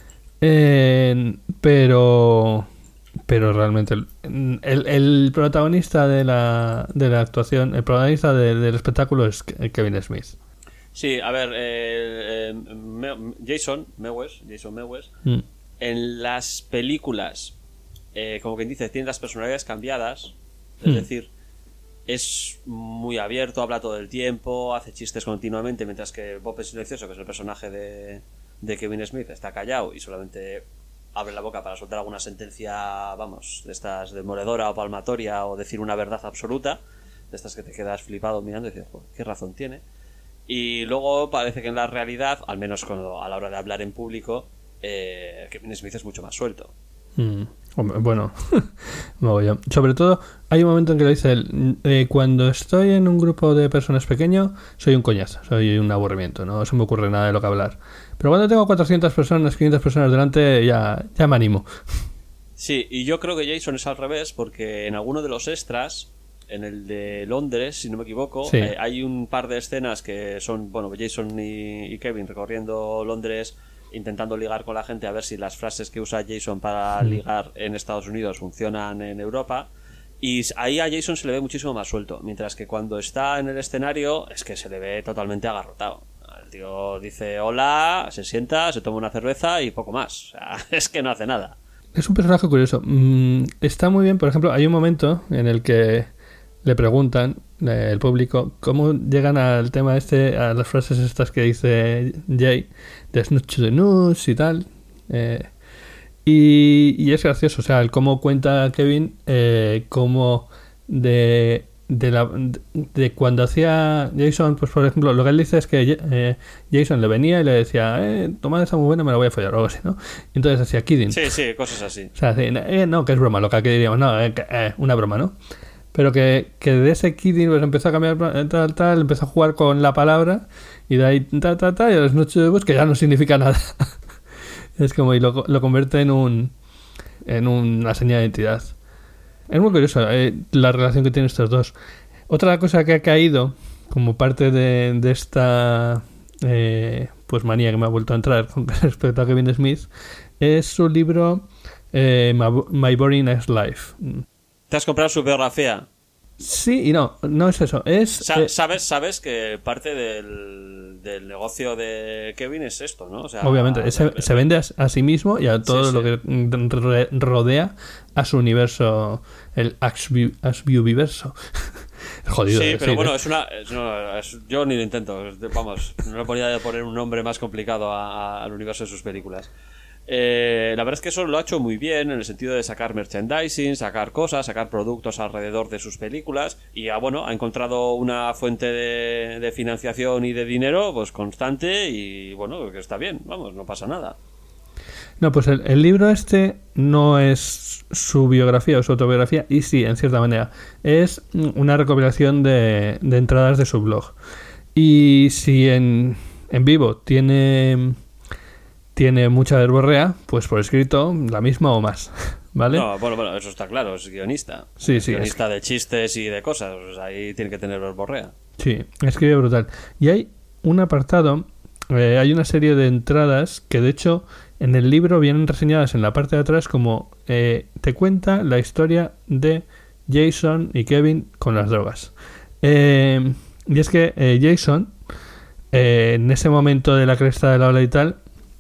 Eh, pero pero realmente el, el, el protagonista de la, de la actuación, el protagonista de, del espectáculo es Kevin Smith. Sí, a ver, eh, eh, Me, Jason Mewes, Jason Mewes, mm. en las películas, eh, como quien dice, tiene las personalidades cambiadas, es mm. decir, es muy abierto, habla todo el tiempo, hace chistes continuamente, mientras que Bob es silencioso, que es el personaje de, de Kevin Smith, está callado y solamente abre la boca para soltar alguna sentencia, vamos, de estas demoledora o palmatoria o decir una verdad absoluta, de estas que te quedas flipado mirando y dices, joder, qué razón tiene. Y luego parece que en la realidad, al menos cuando, a la hora de hablar en público, eh, Kevin Smith es mucho más suelto. Mm, bueno, me voy a... sobre todo hay un momento en que lo dice él, eh, cuando estoy en un grupo de personas pequeño soy un coñazo, soy un aburrimiento, no se me ocurre nada de lo que hablar, pero cuando tengo cuatrocientas personas, quinientas personas delante ya, ya me animo. Sí, y yo creo que Jason es al revés, porque en alguno de los extras, en el de Londres, si no me equivoco, sí. eh, hay un par de escenas que son, bueno, Jason y, y Kevin recorriendo Londres intentando ligar con la gente a ver si las frases que usa Jason para mm. ligar en Estados Unidos funcionan en Europa, y ahí a Jason se le ve muchísimo más suelto, mientras que cuando está en el escenario es que se le ve totalmente agarrotado. El tío dice hola, se sienta, se toma una cerveza y poco más, o sea, es que no hace nada. Es un personaje curioso. Mm, está muy bien, por ejemplo, hay un momento en el que le preguntan eh, el público cómo llegan al tema este, a las frases estas que dice Jay, de snooch de nuts y tal, eh, y, y es gracioso, o sea, el cómo cuenta Kevin eh, cómo de de, la, de de cuando hacía Jason, pues por ejemplo, lo que él dice es que eh, Jason le venía y le decía, eh, toma esa muy buena, me la voy a follar o algo así, ¿no? Y entonces hacía kidding. Sí, sí, cosas así. O sea, eh, no, que es broma, lo que aquí diríamos, no, eh, eh, una broma, ¿no? Pero que, que de ese kidding pues empezó a cambiar tal, tal, empezó a jugar con la palabra y de ahí ta, ta, ta, y a las noches pues que ya no significa nada. Es como, y lo, lo convierte en un en una señal de identidad. Es muy curioso eh, la relación que tienen estos dos. Otra cosa que ha caído como parte de, de esta eh, pues manía que me ha vuelto a entrar con respecto a Kevin Smith es su libro eh, My Boring Ass Life. ¿Te has comprado su biografía? Sí y no, no es eso. Es, Sa- eh, sabes, sabes que parte del, del negocio de Kevin es esto, ¿no? O sea, obviamente, se, el, se vende a, a sí mismo y a todo sí, lo sí. que re- rodea a su universo, el Axview-verso. Jodido. Sí, eh, pero sí, bueno, ¿eh? es una. Es, no, es, yo ni lo intento. Es, vamos, no le podría poner un nombre más complicado a, a, al universo de sus películas. Eh, la verdad es que eso lo ha hecho muy bien en el sentido de sacar merchandising, sacar cosas, sacar productos alrededor de sus películas y ah, bueno, ha encontrado una fuente de, de financiación y de dinero pues constante y bueno, que está bien, vamos, no pasa nada. No, pues el, el libro este no es su biografía o su autobiografía y sí, en cierta manera, es una recopilación de, de entradas de su blog. Y si en, en vivo tiene, tiene mucha verborrea, pues por escrito la misma o más. ¿Vale? No, bueno, bueno, eso está claro, es guionista. Sí, es sí. Guionista Es... de chistes y de cosas, o sea, ahí tiene que tener verborrea. Sí, escribe brutal. Y hay un apartado, eh, hay una serie de entradas que de hecho en el libro vienen reseñadas en la parte de atrás como eh, te cuenta la historia de Jason y Kevin con las drogas. Eh, y es que eh, Jason, eh, en ese momento de la cresta de la ola y tal,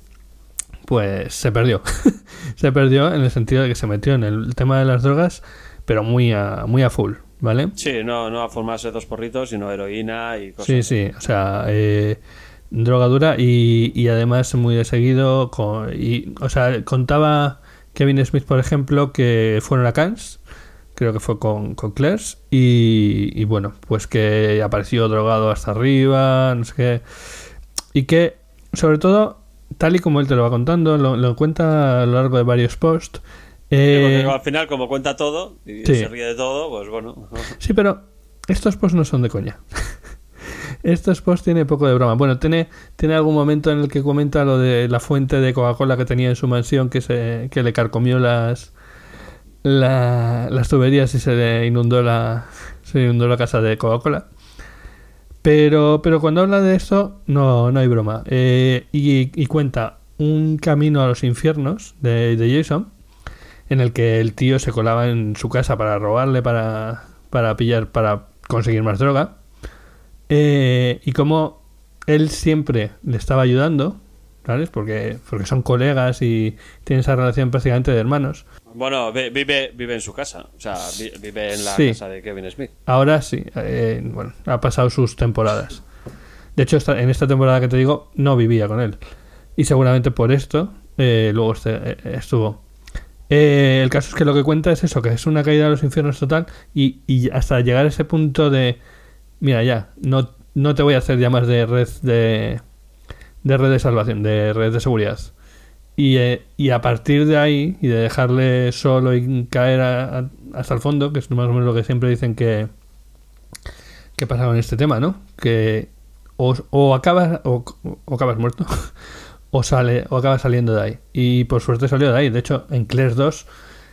pues se perdió. Se perdió en el sentido de que se metió en el tema de las drogas, pero muy a, muy a full, ¿vale? Sí, no, no a formarse dos porritos, sino heroína y cosas. Sí, sí, o sea, eh, droga dura y, y además muy de seguido. Con, y, o sea, contaba Kevin Smith, por ejemplo, que fueron a Cannes, creo que fue con, con Claire's, y, y bueno, pues que apareció drogado hasta arriba, no sé qué. Y que, sobre todo, tal y como él te lo va contando, lo, lo cuenta a lo largo de varios posts. Eh, sí, al final, como cuenta todo y sí. se ríe de todo, pues bueno. Sí, pero estos posts no son de coña. Estos posts tiene poco de broma. Bueno, tiene, tiene algún momento en el que comenta lo de la fuente de Coca-Cola que tenía en su mansión que se que le carcomió las la, las tuberías y se le inundó la se le inundó la casa de Coca-Cola. Pero, pero cuando habla de esto, no, no hay broma. Eh, y, y cuenta un camino a los infiernos de, de Jason, en el que el tío se colaba en su casa para robarle, para, para pillar, para conseguir más droga. Eh, y como él siempre le estaba ayudando, ¿sabes? Porque, porque son colegas y tienen esa relación prácticamente de hermanos. Bueno, vive, vive en su casa, o sea, vive en la sí. casa de Kevin Smith. Ahora sí, eh, bueno, ha pasado sus temporadas. De hecho, esta, en esta temporada que te digo, no vivía con él. Y seguramente por esto, eh, luego este, eh, estuvo. Eh, el caso es que lo que cuenta es eso, que es una caída a los infiernos total y, y hasta llegar a ese punto de, mira ya, no, no te voy a hacer ya más de red de, de red de salvación, de red de seguridad. Y, eh, y a partir de ahí, y de dejarle solo y caer a, a, hasta el fondo, que es más o menos lo que siempre dicen que, que pasa con este tema, ¿no? Que o, o acabas o, o acabas muerto o sale o acabas saliendo de ahí. Y por suerte salió de ahí. De hecho, en Claire's dos,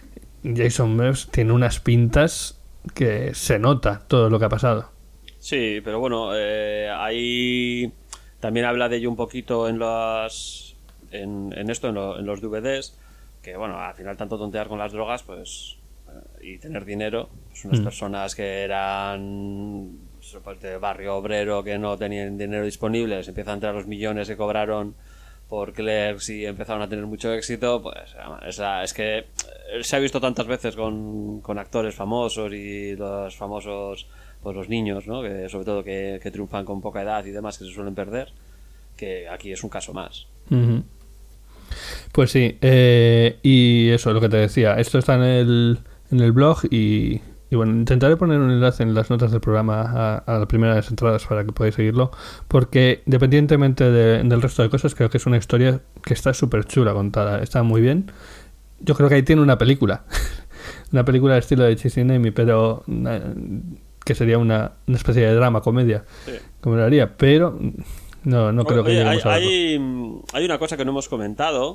Jason Mewes tiene unas pintas que se nota todo lo que ha pasado. Sí, pero bueno, eh, ahí también habla de ello un poquito en las... En, en esto, en, lo, en los D V Ds, que bueno, al final tanto tontear con las drogas, pues y tener dinero, pues unas mm. personas que eran pues, de barrio obrero, que no tenían dinero disponible, se empiezan a entrar los millones que cobraron por Claire's y empezaron a tener mucho éxito, pues es, es que se ha visto tantas veces con, con actores famosos y los famosos, pues los niños, ¿no? Que sobre todo que, que triunfan con poca edad y demás, que se suelen perder, que aquí es un caso más. Uh-huh. Pues sí, eh, y eso, lo que te decía, esto está en el, en el blog y, y bueno, intentaré poner un enlace en las notas del programa a, a la primera de las entradas para que podáis seguirlo, porque independientemente de, del resto de cosas, creo que es una historia que está súper chula contada, está muy bien. Yo creo que ahí tiene una película, una película de estilo de Chasing Amy, pero una, que sería una, una especie de drama, comedia, sí. Como lo haría, pero... No, no creo que Oye, lleguemos hay, a hay, hay una cosa que no hemos comentado,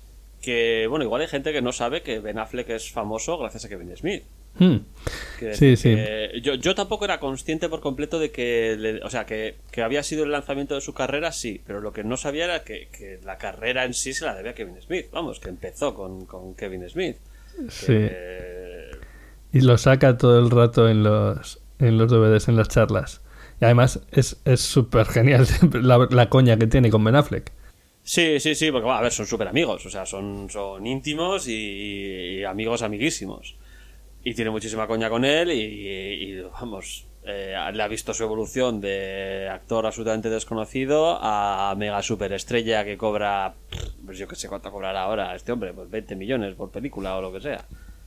que bueno, igual hay gente que no sabe que Ben Affleck es famoso gracias a Kevin Smith. Hmm. Que sí, que sí. Yo, yo tampoco era consciente por completo de que, le, o sea, que, que había sido el lanzamiento de su carrera, sí, pero lo que no sabía era que, que la carrera en sí se la debía a Kevin Smith. Vamos, que empezó con, con Kevin Smith. Sí. Que... Y lo saca todo el rato en los, en los D V Ds, en las charlas. Y además es es súper genial la, la coña que tiene con Ben Affleck. Sí, sí, sí, porque bueno, a ver, son súper amigos, o sea, son, son íntimos y, y amigos amiguísimos. Y tiene muchísima coña con él y, y, y vamos, eh, le ha visto su evolución de actor absolutamente desconocido a mega superestrella que cobra, pues yo que sé cuánto cobrará ahora este hombre, pues veinte millones por película o lo que sea.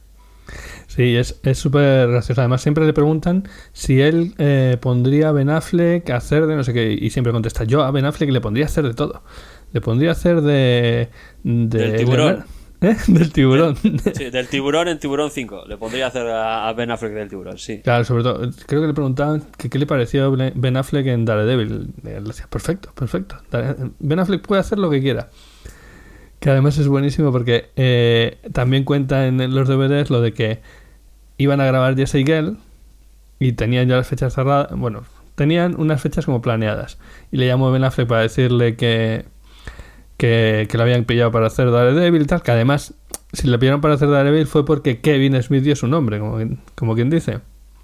Sí, es es súper gracioso. Además, siempre le preguntan si él eh, pondría a Ben Affleck a hacer de no sé qué. Y siempre contesta, yo a Ben Affleck le pondría a hacer de todo. Le pondría a hacer de... de Del tiburón. ¿Eh? Del tiburón. Sí, del tiburón en Tiburón cinco. Le pondría a hacer a Ben Affleck del tiburón, sí. Claro, sobre todo, creo que le preguntaban que qué le pareció Ben Affleck en Daredevil. Él decía, perfecto, perfecto. Ben Affleck puede hacer lo que quiera. Que además es buenísimo porque eh, también cuenta en los D V Ds lo de que iban a grabar Jesse y Gale y tenían ya las fechas cerradas. Bueno, tenían unas fechas como planeadas. Y le llamó Ben Affleck para decirle que... Que, que lo habían pillado para hacer Daredevil y tal, que además, si le pillaron para hacer Daredevil fue porque Kevin Smith dio su nombre, como, como quien dice.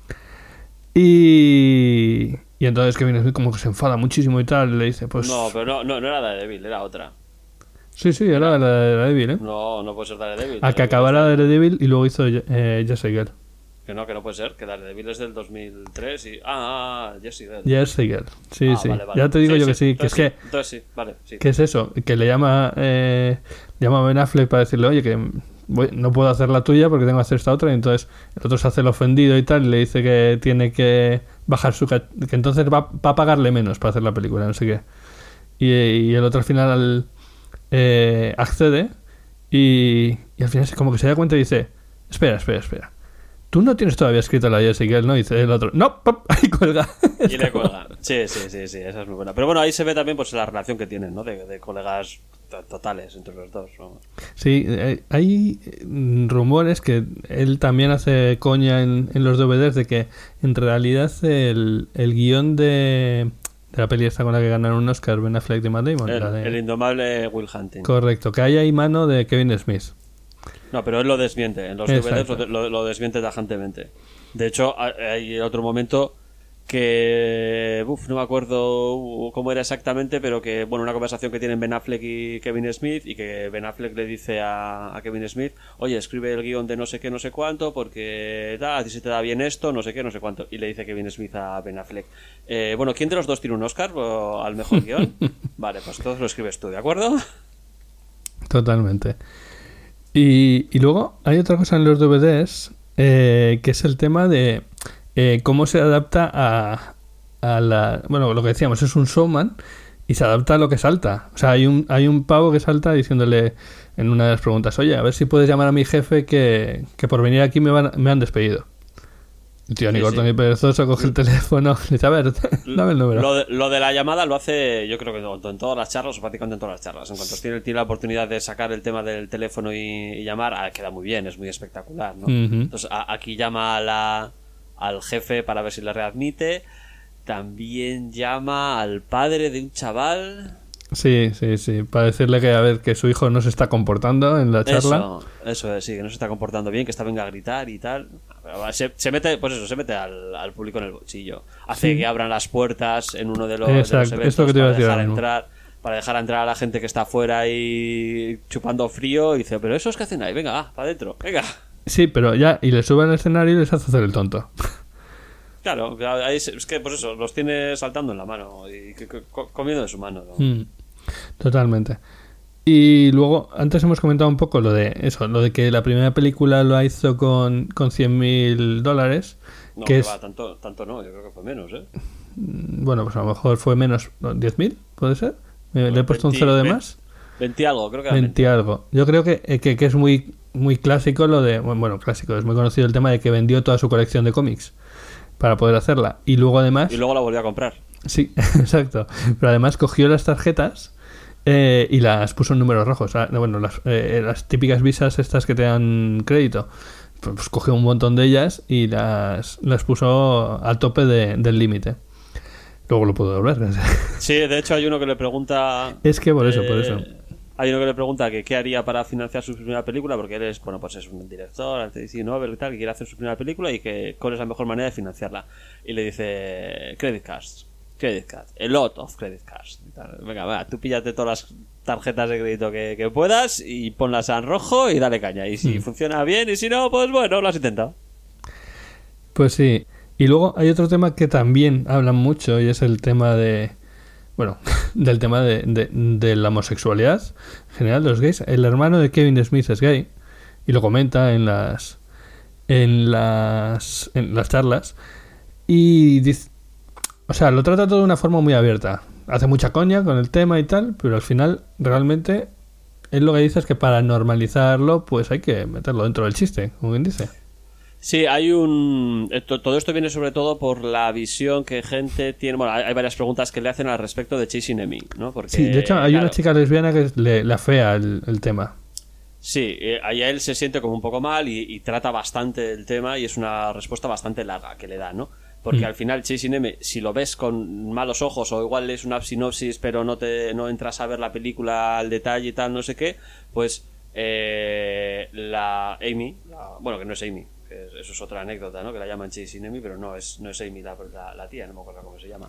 Y, y entonces Kevin Smith como que se enfada muchísimo y tal, y le dice, pues... No, pero no, no, no era Daredevil, era otra. Sí, sí, era la de Daredevil, ¿eh? No, no puede ser Daredevil. A que acabara Daredevil y luego hizo eh, Jesse Gale. Que no, que no puede ser, que Daredevil es del dos mil tres y... Ah, ah Jesse Gale. Jesse Gale, sí, ah, sí. Vale, vale. Ya te digo sí, yo sí. que sí, Entonces, que es sí. que... Entonces sí, vale, sí. ¿Qué es eso? Que le llama, eh, llama a Ben Affleck para decirle, oye, que voy, no puedo hacer la tuya porque tengo que hacer esta otra. Y entonces el otro se hace el ofendido y tal, y le dice que tiene que bajar su... Ca- que entonces va, va a pagarle menos para hacer la película, no sé qué. Y, y el otro al final eh, accede y, y al final como que se da cuenta y dice, espera, espera, espera. Tú no tienes todavía escrita la Jesse Gale, ¿no? Y dice el otro, no, pop, ahí cuelga. Y le cuelga. Sí, sí, sí, sí, esa es muy buena. Pero bueno, ahí se ve también pues la relación que tienen, ¿no? De, de colegas to- totales entre los dos, ¿no? Sí, eh, hay mm, rumores que él también hace coña en, en los D V Ds de que en realidad el, el guión de, de la peli esta con la que ganaron un Oscar, Ben Affleck de Matt Damon. El, la de... el indomable Will Hunting. Correcto, que hay ahí mano de Kevin Smith. No, pero él lo desmiente. En los Exacto. D V Ds lo, lo, lo desmiente tajantemente. De hecho, hay otro momento que... Uf, no me acuerdo cómo era exactamente, pero que, bueno, una conversación que tienen Ben Affleck y Kevin Smith, y que Ben Affleck le dice a, a Kevin Smith, oye, escribe el guión de no sé qué, no sé cuánto, porque da, a ti se te da bien esto, no sé qué, no sé cuánto. Y le dice Kevin Smith a Ben Affleck, eh, bueno, ¿quién de los dos tiene un Oscar o, al mejor guión? Vale, pues entonces lo escribes tú, ¿de acuerdo? Totalmente. Y, y luego hay otra cosa en los D V Ds, eh, que es el tema de eh, cómo se adapta a, a la... Bueno, lo que decíamos, es un showman y se adapta a lo que salta. O sea, hay un, hay un pavo que salta diciéndole en una de las preguntas, oye, a ver si puedes llamar a mi jefe que, que por venir aquí me, van, me han despedido. El tío, ni Sí, corto sí. ni perezoso, coge el teléfono y dice, a ver, dame el número. Lo de, lo de la llamada lo hace, yo creo que en, en todas las charlas, o prácticamente en todas las charlas. En cuanto tiene, tiene la oportunidad de sacar el tema del teléfono y, y llamar, ah, queda muy bien, es muy espectacular, ¿no? Ujú. Entonces, a- aquí llama a la, al jefe para ver si le readmite. También llama al padre de un chaval. Sí, sí, sí, para decirle que a ver que su hijo no se está comportando en la charla. Eso, eso es, sí, que no se está comportando bien, que está venga a gritar y tal. Pero va, se, se mete, pues eso, se mete al, al público en el bolsillo. Hace Sí. que abran las puertas en uno de los, de los Exacto, eventos esto que te iba a para decir dejar ahora mismo. entrar, para dejar entrar a la gente que está afuera ahí chupando frío. Y dice, pero esos que hacen ahí, venga, va, para adentro, venga. Sí, pero ya, y le sube al escenario y les hace hacer el tonto. Claro, ahí se- es que pues eso, los tiene saltando en la mano y que- que- co- comiendo de su mano, ¿no? Mm, totalmente. Y luego, antes hemos comentado un poco lo de eso, lo de que la primera película lo hizo con, con cien mil dólares. No, que que es, va, tanto, tanto no, yo creo que fue menos, ¿eh? bueno, pues a lo mejor fue menos, ¿no? ¿diez mil? ¿Puede ser? ¿Me- ¿Le he puesto un veinte, cero de veinte, más? veinte algo, creo que era veinte algo. Yo creo que, eh, que, que es muy, muy clásico lo de... Bueno, clásico, es muy conocido el tema de que vendió toda su colección de cómics para poder hacerla. Y luego además... Y luego la volvió a comprar. Sí, exacto. Pero además cogió las tarjetas eh, y las puso en números rojos. Ah, bueno, las, eh, las típicas visas estas que te dan crédito. Pues cogió un montón de ellas y las, las puso al tope de, del límite. Luego lo pudo devolver. Sí, de hecho hay uno que le pregunta... Es que por eso, eh, por eso. Hay uno que le pregunta que qué haría para financiar su primera película, porque él es, bueno, pues es un director, actriz y Nobel y tal, que quiere hacer su primera película y que cuál es la mejor manera de financiarla. Y le dice, credit cards, credit cards, a lot of credit cards. Y tal. Venga, va, tú píllate todas las tarjetas de crédito que, que puedas y ponlas en rojo y dale caña. Y si Mm. funciona bien y si no, pues bueno, lo has intentado. Pues sí. Y luego hay otro tema que también hablan mucho y es el tema de... Bueno, del tema de, de, de la homosexualidad en general de los gays. El hermano de Kevin Smith es gay y lo comenta en las en las en las charlas y dice, o sea, lo trata todo de una forma muy abierta. Hace mucha coña con el tema y tal, pero al final realmente él lo que dice es que para normalizarlo, pues hay que meterlo dentro del chiste, como quien dice. Sí, hay un... Todo esto viene sobre todo por la visión que gente tiene... Bueno, hay varias preguntas que le hacen al respecto de Chasing Amy, ¿no? Porque, sí, de hecho hay claro, una chica lesbiana que le, le afea el, el tema. Sí, eh, ahí él se siente como un poco mal y, y trata bastante el tema y es una respuesta bastante larga que le da, ¿no? Porque mm. al final Chasing Amy, si lo ves con malos ojos o igual es una sinopsis pero no te no entras a ver la película al detalle y tal, no sé qué, pues eh, la Amy, la, bueno, que no es Amy, que eso es otra anécdota, ¿no? Que la llaman Chasing Amy, pero no es, no es Amy la, la, la tía, no me acuerdo cómo se llama.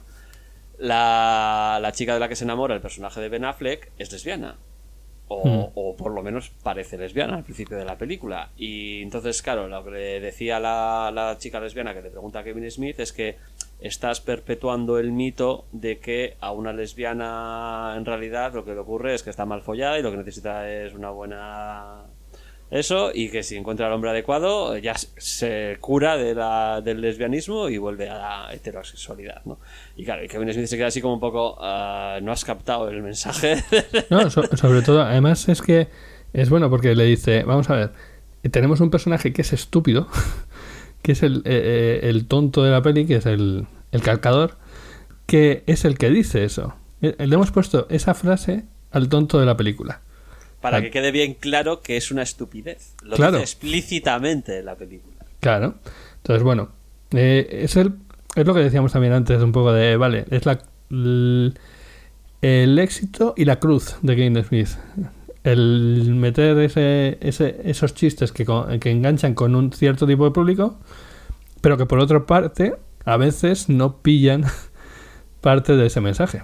La, la chica de la que se enamora, el personaje de Ben Affleck, es lesbiana. O, hmm. o por lo menos parece lesbiana al principio de la película. Y entonces, claro, lo que le decía la, la chica lesbiana que le pregunta a Kevin Smith es que estás perpetuando el mito de que a una lesbiana en realidad lo que le ocurre es que está mal follada y lo que necesita es una buena... eso, y que si encuentra al hombre adecuado ya se cura de la, del lesbianismo y vuelve a la heterosexualidad, ¿no? Y claro, y Kevin Smith se queda así como un poco uh, no has captado el mensaje. No, so, sobre todo, además es que es bueno porque le dice, vamos a ver, tenemos un personaje que es estúpido, que es el, eh, el tonto de la peli, que es el, el calcador, que es el que dice eso. Le hemos puesto esa frase al tonto de la película para que quede bien claro que es una estupidez. Lo claro. dice explícitamente en la película. Claro. Entonces, bueno, eh, es, el, es lo que decíamos también antes, un poco de, vale, es la el, el éxito y la cruz de Kevin Smith. El meter ese, ese, esos chistes que, que enganchan con un cierto tipo de público, pero que por otra parte, a veces no pillan parte de ese mensaje.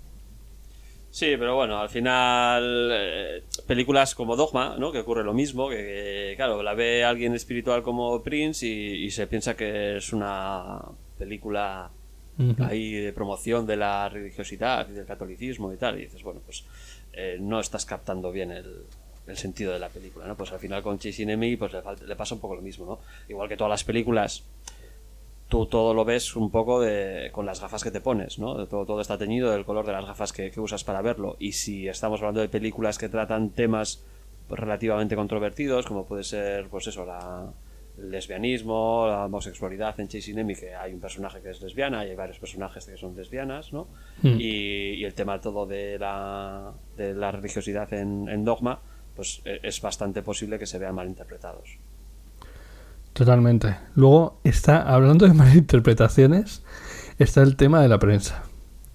Sí, pero bueno, al final eh, películas como Dogma, ¿no? Que ocurre lo mismo, que, que claro, la ve alguien espiritual como Prince y, y se piensa que es una película uh-huh. ahí de promoción de la religiosidad y del catolicismo y tal, y dices, bueno, pues eh, no estás captando bien el, el sentido de la película, ¿no? Pues al final con Chasing Amy pues le, le pasa un poco lo mismo, ¿no? Igual que todas las películas, tú todo lo ves un poco de, con las gafas que te pones, ¿no? Todo, todo está teñido del color de las gafas que, que usas para verlo. Y si estamos hablando de películas que tratan temas pues, relativamente controvertidos, como puede ser, pues eso, la, el lesbianismo, la homosexualidad en Chasing Amy, que hay un personaje que es lesbiana y hay varios personajes que son lesbianas, ¿no? Mm. Y, y el tema todo de la, de la religiosidad en, en Dogma, pues es bastante posible que se vean malinterpretados. Totalmente. Luego está, hablando de malinterpretaciones, está el tema de la prensa.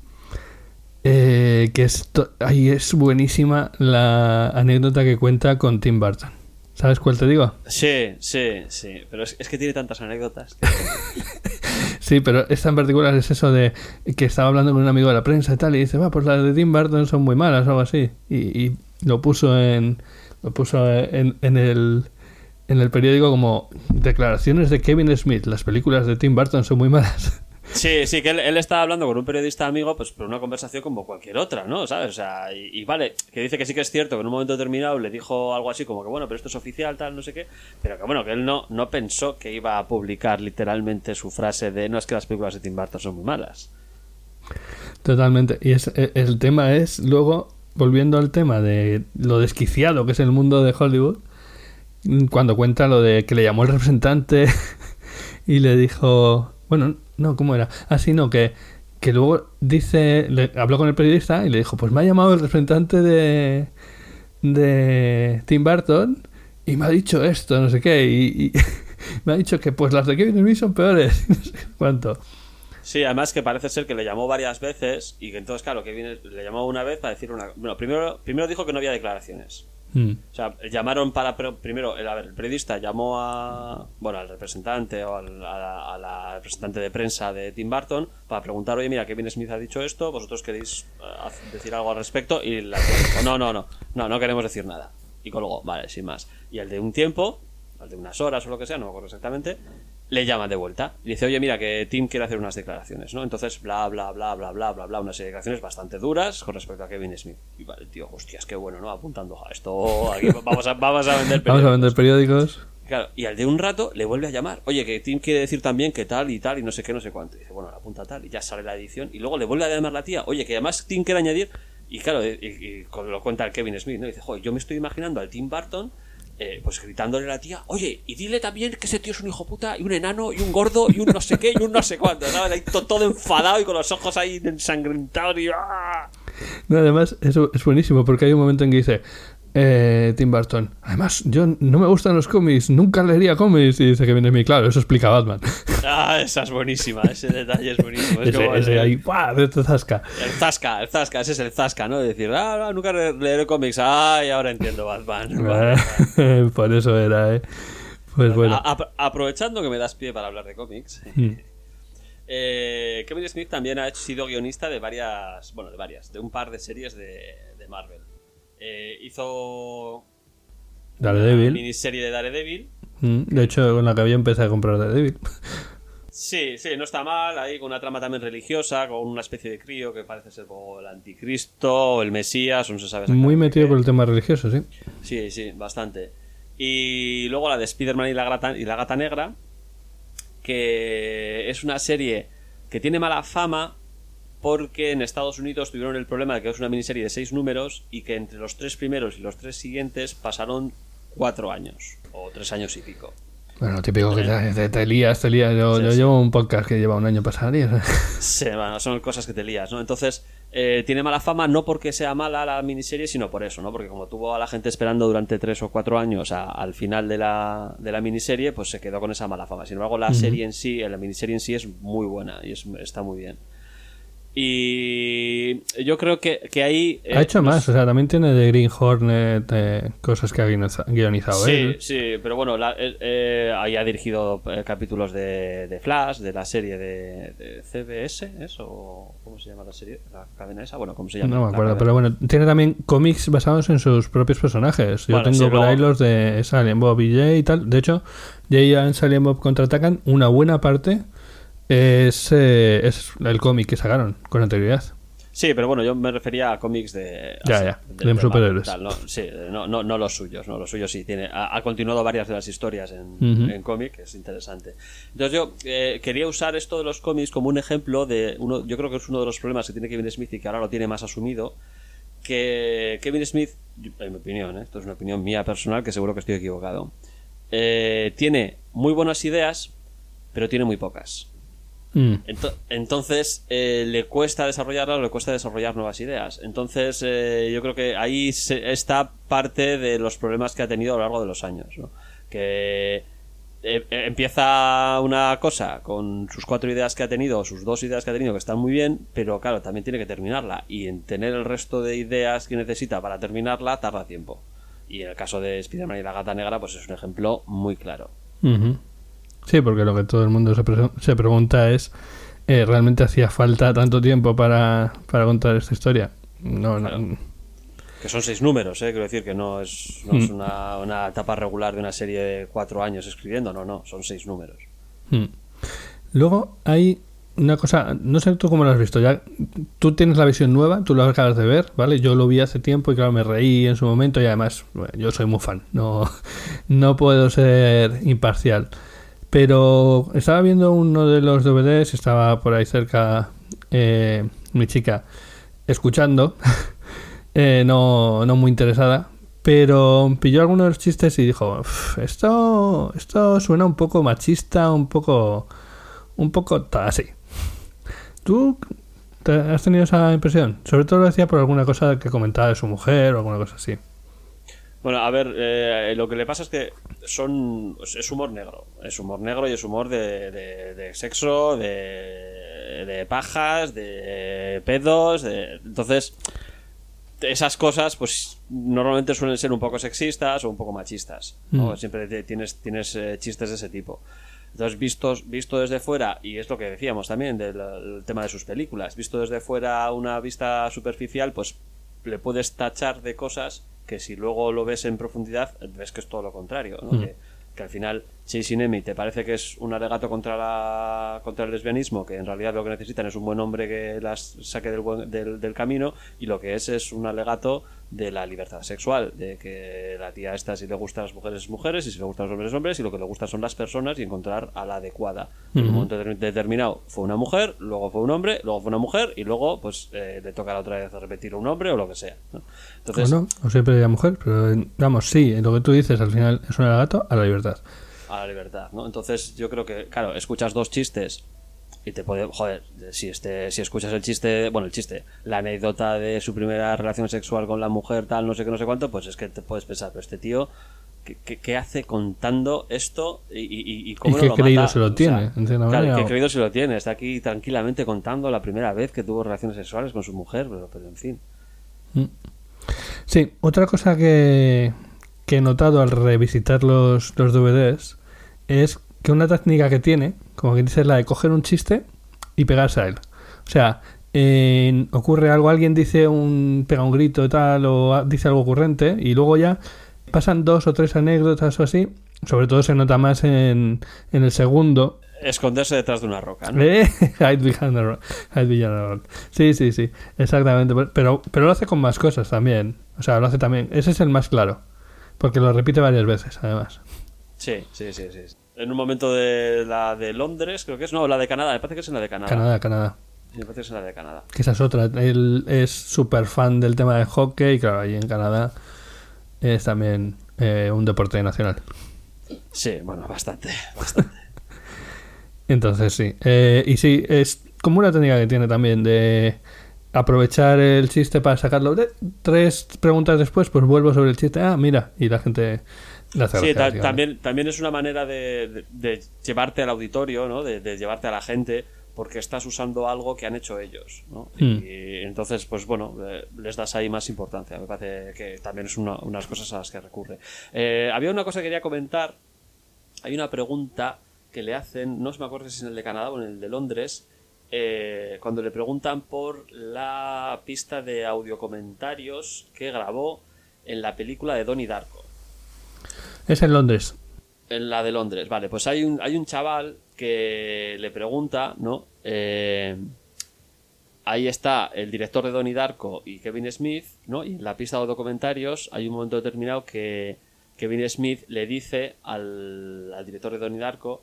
Eh, que es, to- ahí es buenísima la anécdota que cuenta con Tim Burton. ¿Sabes cuál te digo? Sí, sí, sí. Pero es, es que tiene tantas anécdotas. Sí, pero esta en particular es eso de que estaba hablando con un amigo de la prensa y tal, y dice, va, pues las de Tim Burton son muy malas o algo así. Y, y lo puso en lo puso en, en el en el periódico como declaraciones de Kevin Smith, las películas de Tim Burton son muy malas. Sí, sí, que él, él estaba hablando con un periodista amigo, pues por una conversación como cualquier otra, ¿no? ¿Sabes? O sea, y, y vale, que dice que sí que es cierto que en un momento determinado le dijo algo así como que bueno, pero esto es oficial, tal, no sé qué, pero que bueno, que él no, no pensó que iba a publicar literalmente su frase de no es que las películas de Tim Burton son muy malas. Totalmente, y es, el tema es, luego, volviendo al tema de lo desquiciado que es el mundo de Hollywood, cuando cuenta lo de que le llamó el representante y le dijo, bueno, no, ¿cómo era? Ah, sí, no, que, que luego dice, le habló con el periodista y le dijo, pues me ha llamado el representante de de Tim Burton y me ha dicho esto, no sé qué, y, y me ha dicho que pues las de Kevin Smith son peores, no sé cuánto. Sí, además que parece ser que le llamó varias veces y que entonces, claro, que viene, le llamó una vez para decir una... Bueno, primero, primero dijo que no había declaraciones. Hmm. O sea, llamaron para... Pero primero, a ver, el periodista llamó a... Bueno, al representante o al, a, la, a la representante de prensa de Tim Burton para preguntar, oye, mira, Kevin Smith ha dicho esto, vosotros queréis uh, decir algo al respecto, y la dijo, no, no, no, no, no queremos decir nada. Y colgó, vale, sin más. Y el de un tiempo, el de unas horas o lo que sea, no me acuerdo exactamente, le llaman de vuelta y dice, oye, mira, que Tim quiere hacer unas declaraciones, ¿no? Entonces, bla, bla, bla, bla, bla, bla, bla, unas declaraciones bastante duras con respecto a Kevin Smith. Y vale, tío, hostias, qué bueno, ¿no? Apuntando a esto, aquí vamos a, vamos a vender periódicos. Vamos a vender periódicos. Claro, y al de un rato le vuelve a llamar, oye, que Tim quiere decir también que tal y tal y no sé qué, no sé cuánto. Y dice, bueno, la apunta tal y ya sale la edición y luego le vuelve a llamar la tía, oye, que además Tim quiere añadir Y claro, y, y, y lo cuenta el Kevin Smith, ¿no? Dice, joder, yo me estoy imaginando al Tim Burton eh, pues gritándole a la tía, oye, y dile también que ese tío es un hijo puta y un enano y un gordo y un no sé qué y un no sé cuánto, ¿sabes? Ahí to- todo enfadado y con los ojos ahí ensangrentados y... ¡ah! No, además, eso es buenísimo porque hay un momento en que dice eh, Tim Burton, además, yo no me gustan los cómics, nunca leería cómics. Y dice que viene a mí, claro, eso explica Batman. Ah, esa es buenísima, ese detalle es buenísimo. Es ese, como ese el, ahí, ¡buah! De este zasca. el Zasca, el Zasca, ese es el Zasca, ¿no? De decir, ah, no, nunca leeré cómics, ay, ahora entiendo Batman. Vale, vale. Por eso era, ¿eh? Pues bueno. A- a- aprovechando que me das pie para hablar de cómics, Mm. eh, Kevin Smith también ha sido guionista de varias, bueno, de varias, de un par de series de, de Marvel. Eh, hizo una Daredevil. miniserie de Daredevil. Mm, De hecho, con la que había empezado a comprar Daredevil. Sí, sí, no está mal, ahí con una trama también religiosa, con una especie de crío que parece ser como el anticristo o el Mesías, no se sabe exactamente Muy metido qué. por el tema religioso, sí. Sí, sí, bastante. Y luego la de Spider-Man y la, grata- y la Gata Negra, que es una serie que tiene mala fama porque en Estados Unidos tuvieron el problema de que es una miniserie de seis números y que entre los tres primeros y los tres siguientes pasaron cuatro años, o tres años y pico. Bueno, típico que te, te, te lías, te lías. Yo, Sí, yo sí. llevo un podcast que lleva un año pasado y Sí, bueno, son cosas que te lías, ¿no? Entonces, eh, tiene mala fama no porque sea mala la miniserie, sino por eso, ¿no? Porque como tuvo a la gente esperando durante tres o cuatro años a- al final de la, de la miniserie, pues se quedó con esa mala fama. Sin embargo, la serie en sí, la miniserie en sí es muy buena y es, está muy bien. Y yo creo que, que ahí... eh, ha hecho los- más. O sea, también tiene de Green Hornet eh, cosas que ha guioniza- guionizado Sí, él. sí, pero bueno, la- eh, eh, ahí ha dirigido eh, capítulos de, de Flash, de la serie de, de C B S, ¿es? ¿O cómo se llama la serie? ¿La cadena esa? Bueno, ¿cómo se llama? No me La acuerdo, cadena. pero bueno, tiene también cómics basados en sus propios personajes. Yo Bueno, tengo sí, por luego- ahí los de Silent Bob y Jay y tal. De hecho, Jay y Silent Bob contraatacan. Una buena parte es, eh, es el cómic que sacaron con anterioridad. Sí, pero bueno, yo me refería a cómics de... Ya, así, ya, de superhéroes. Marvel, tal, ¿no? Sí, no, no, no los suyos, no los suyos sí. Tiene, ha, ha continuado varias de las historias en, Ujú. en cómic, que es interesante. Entonces yo eh, quería usar esto de los cómics como un ejemplo de... uno Yo creo que es uno de los problemas que tiene Kevin Smith y que ahora lo tiene más asumido, que Kevin Smith, en mi opinión, ¿eh? Esto es una opinión mía personal, que seguro que estoy equivocado, eh, tiene muy buenas ideas, pero tiene muy pocas. Mm. Ento- Entonces eh, le cuesta desarrollarlas, le cuesta desarrollar nuevas ideas. Entonces eh, yo creo que ahí se- está parte de los problemas que ha tenido a lo largo de los años, ¿no? Que eh, eh, empieza una cosa con sus cuatro ideas que ha tenido, sus dos ideas que ha tenido, que están muy bien, pero claro, también tiene que terminarla, y en tener el resto de ideas que necesita para terminarla tarda tiempo. Y en el caso de Spider-Man y la Gata Negra, pues es un ejemplo muy claro. Ujú. Sí, porque lo que todo el mundo se, pre- se pregunta es, eh, ¿realmente hacía falta tanto tiempo para, para contar esta historia? No, no. Claro. Que son seis números, ¿eh? Quiero decir que no es, no es una, una etapa regular de una serie de cuatro años escribiendo, no, no, son seis números. Mm. Luego hay una cosa, no sé tú cómo lo has visto, ya tú tienes la visión nueva, tú lo acabas de ver, ¿vale? Yo lo vi hace tiempo y claro, me reí en su momento y además, bueno, yo soy muy fan, no, no puedo ser imparcial. Pero estaba viendo uno de los D V Ds, estaba por ahí cerca eh, mi chica escuchando, eh, no, no muy interesada, pero pilló algunos de los chistes y dijo, "Uf, esto, esto suena un poco machista, un poco, un poco ta- así. ¿Tú te has tenido esa impresión? Sobre todo lo decía por alguna cosa que comentaba de su mujer o alguna cosa así. Bueno, a ver, eh, lo que le pasa es que son es humor negro, es humor negro y es humor de, de, de sexo, de, de pajas, de pedos, de, entonces esas cosas pues normalmente suelen ser un poco sexistas o un poco machistas, ¿no? Mm. Siempre te- tienes, tienes eh, chistes de ese tipo. Entonces, vistos, visto desde fuera, y es lo que decíamos también del el tema de sus películas, visto desde fuera una vista superficial, pues le puedes tachar de cosas que si luego lo ves en profundidad, ves que es todo lo contrario, ¿no? Mm. Que, que al final Chasing Amy te parece que es un alegato contra la contra el lesbianismo, que en realidad lo que necesitan es un buen hombre que las saque del, buen- del, del camino, y lo que es es un alegato de la libertad sexual, de que la tía esta, si le gustan las mujeres, mujeres, y si le gustan los hombres, hombres, y lo que le gustan son las personas y encontrar a la adecuada. Uh-huh. En un momento determinado fue una mujer, luego fue un hombre, luego fue una mujer, y luego pues eh, le toca otra vez repetir un hombre o lo que sea, ¿no? Entonces, o no, o siempre era mujer, pero vamos, sí, lo que tú dices al final es un alegato a la libertad. A la libertad, ¿no? Entonces yo creo que, claro, escuchas dos chistes y te puede, joder, si este si escuchas el chiste, bueno, el chiste, la anécdota de su primera relación sexual con la mujer, tal, no sé qué, no sé cuánto, pues es que te puedes pensar, pero este tío, ¿qué, qué, qué hace contando esto y, y, y cómo ¿Y no qué lo creído mata? se lo tiene? O sea, claro, manera, qué o... creído se lo tiene, está aquí tranquilamente contando la primera vez que tuvo relaciones sexuales con su mujer, pero, pero en fin. Sí, otra cosa que, que he notado al revisitar los, los D V Ds es que una técnica que tiene, como que dice, es la de coger un chiste y pegarse a él. O sea, eh, ocurre algo, alguien dice un pega un grito y tal, o dice algo ocurrente, y luego ya pasan dos o tres anécdotas o así. Sobre todo se nota más en, en el segundo. Esconderse detrás de una roca, ¿no? ¿Eh? Hide behind the rock. Hide behind the rock. Sí, sí, sí, exactamente. Pero, pero lo hace con más cosas también. O sea, lo hace también. Ese es el más claro, porque lo repite varias veces, además. Sí, sí, sí, sí. En un momento de la de Londres, creo que es, no, la de Canadá, me parece que es en la de Canadá. Canadá, Canadá. Sí, me parece que es en la de Canadá. Que esa es otra. Él es súper fan del tema de hockey, y claro, ahí en Canadá es también eh, un deporte nacional. Sí, bueno, bastante, bastante. Entonces sí. Eh, y sí, es como una técnica que tiene también de aprovechar el chiste para sacarlo. De tres preguntas después, pues vuelvo sobre el chiste. Ah, mira, y la gente... Sí, ta- también, también es una manera de, de, de llevarte al auditorio, ¿no? De, de llevarte a la gente, porque estás usando algo que han hecho ellos, ¿no? Hmm. Y entonces, pues bueno, eh, les das ahí más importancia. Me parece que también es una, unas cosas a las que recurre. Eh, había una cosa que quería comentar. Hay una pregunta que le hacen, no se me acuerdo si es en el de Canadá o en el de Londres, eh, cuando le preguntan por la pista de audiocomentarios que grabó en la película de Donnie Darko. Es en Londres. En la de Londres, vale. Pues hay un, hay un chaval que le pregunta, ¿no? Eh, ahí está el director de Donnie Darko y Kevin Smith, ¿no? Y en la pista de documentarios hay un momento determinado que Kevin Smith le dice al, al director de Donnie Darko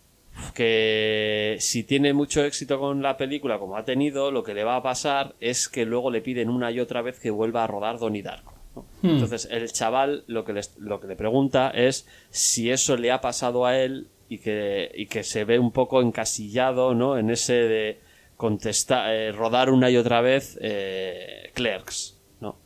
que si tiene mucho éxito con la película como ha tenido, lo que le va a pasar es que luego le piden una y otra vez que vuelva a rodar Donnie Darko. Hmm. Entonces el chaval lo que, les, lo que le pregunta es si eso le ha pasado a él y que, y que se ve un poco encasillado, ¿no? En ese de contestar, eh, rodar una y otra vez eh, Clerks, ¿no?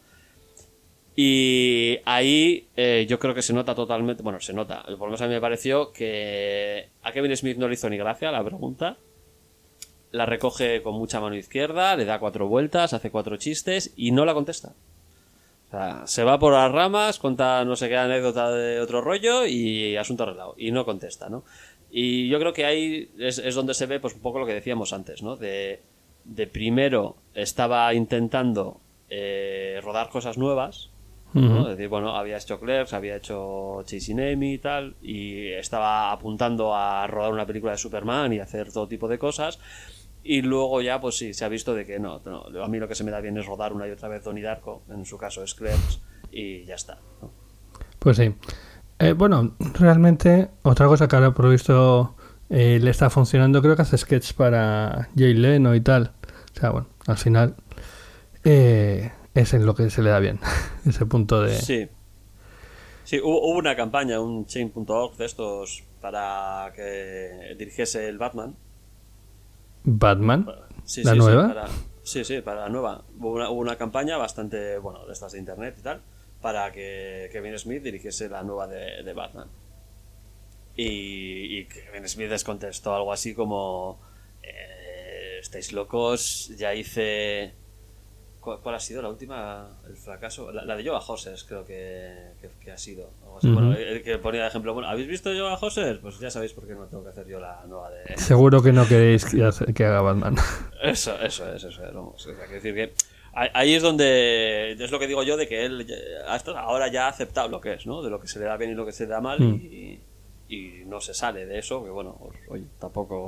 Y ahí eh, yo creo que se nota totalmente, bueno, se nota, por lo menos a mí me pareció que a Kevin Smith no le hizo ni gracia la pregunta, la recoge con mucha mano izquierda, le da cuatro vueltas, hace cuatro chistes y no la contesta. O sea, se va por las ramas, cuenta no sé qué anécdota de otro rollo y asunto arreglado. Y no contesta, ¿no? Y yo creo que ahí es, es donde se ve pues un poco lo que decíamos antes, ¿no? De, de primero estaba intentando eh, rodar cosas nuevas, ¿no? Uh-huh. Es decir, bueno, había hecho Clerks, había hecho Chasing Amy y tal, y estaba apuntando a rodar una película de Superman y hacer todo tipo de cosas. Y luego ya, pues sí, se ha visto de que no, no, a mí lo que se me da bien es rodar una y otra vez Donnie Darko, en su caso es Clerks, y ya está, ¿no? Pues sí. Eh, bueno, realmente, otra cosa que ahora por lo visto eh, le está funcionando, creo que hace sketch para Jay Leno y tal. O sea, bueno, al final eh, es en lo que se le da bien, ese punto de... Sí. Sí, hubo, hubo una campaña, un change punto org de estos, para que dirigiese el Batman. ¿Batman? Sí, ¿La sí, nueva? Sí, para, sí, sí, para la nueva. Hubo una, hubo una campaña bastante, bueno, de estas de internet y tal, para que Kevin Smith dirigiese la nueva de, de Batman. Y, y Kevin Smith les contestó algo así como eh, estáis locos, ya hice... ¿Cuál, ¿Cuál ha sido la última? El fracaso. La, la de Yoga Hosers, creo que, que, que ha sido. Algo así. Uh-huh. Bueno, el que ponía de ejemplo, bueno, ¿habéis visto Yoga Hosers? Pues ya sabéis por qué no tengo que hacer yo la nueva de... Seguro que no queréis que, hace, que haga Batman. Eso, eso es, eso es. Vamos, o sea, quiero decir que ahí es donde, es lo que digo yo, de que él hasta ahora ya ha aceptado lo que es, ¿no? De lo que se le da bien y lo que se le da mal, mm. y, y no se sale de eso, que bueno, pues, oye, tampoco...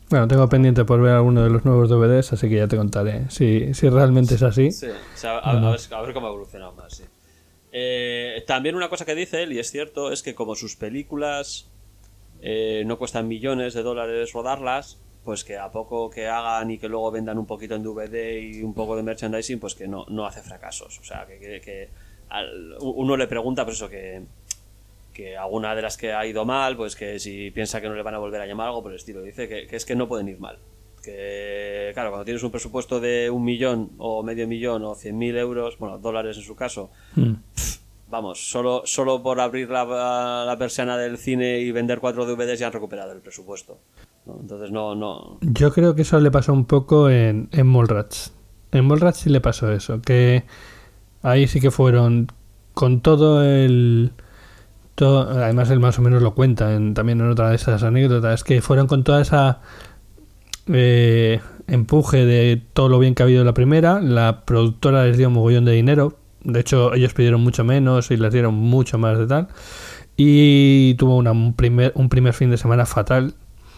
Bueno, tengo pendiente por ver alguno de los nuevos D V Ds, así que ya te contaré si, si realmente es así. Sí, o sea, a, a, ver, a ver cómo ha evolucionado más, sí. Eh, también una cosa que dice él, y es cierto, es que como sus películas eh, no cuestan millones de dólares rodarlas, pues que a poco que hagan y que luego vendan un poquito en D V D y un poco de merchandising, pues que no, no hace fracasos. O sea, que, que, que al, uno le pregunta, pues eso, que... que alguna de las que ha ido mal, pues que si piensa que no le van a volver a llamar algo por el estilo, dice que, que es que no pueden ir mal, que claro, cuando tienes un presupuesto de un millón o medio millón o cien mil euros, bueno, dólares en su caso, mm. pff, vamos, solo, solo por abrir la, la persiana del cine y vender cuatro D V Ds ya han recuperado el presupuesto, ¿no? Entonces no, no... Yo creo que eso le pasó un poco en, en Mallrats. En Mallrats sí le pasó eso, que ahí sí que fueron con todo el... Todo, además él más o menos lo cuenta en, también en otra de esas anécdotas, que fueron con toda esa eh, empuje de todo lo bien que ha habido en la primera. La productora les dio un mogollón de dinero, de hecho ellos pidieron mucho menos y les dieron mucho más de tal, y tuvo una, un, primer, un primer fin de semana fatal.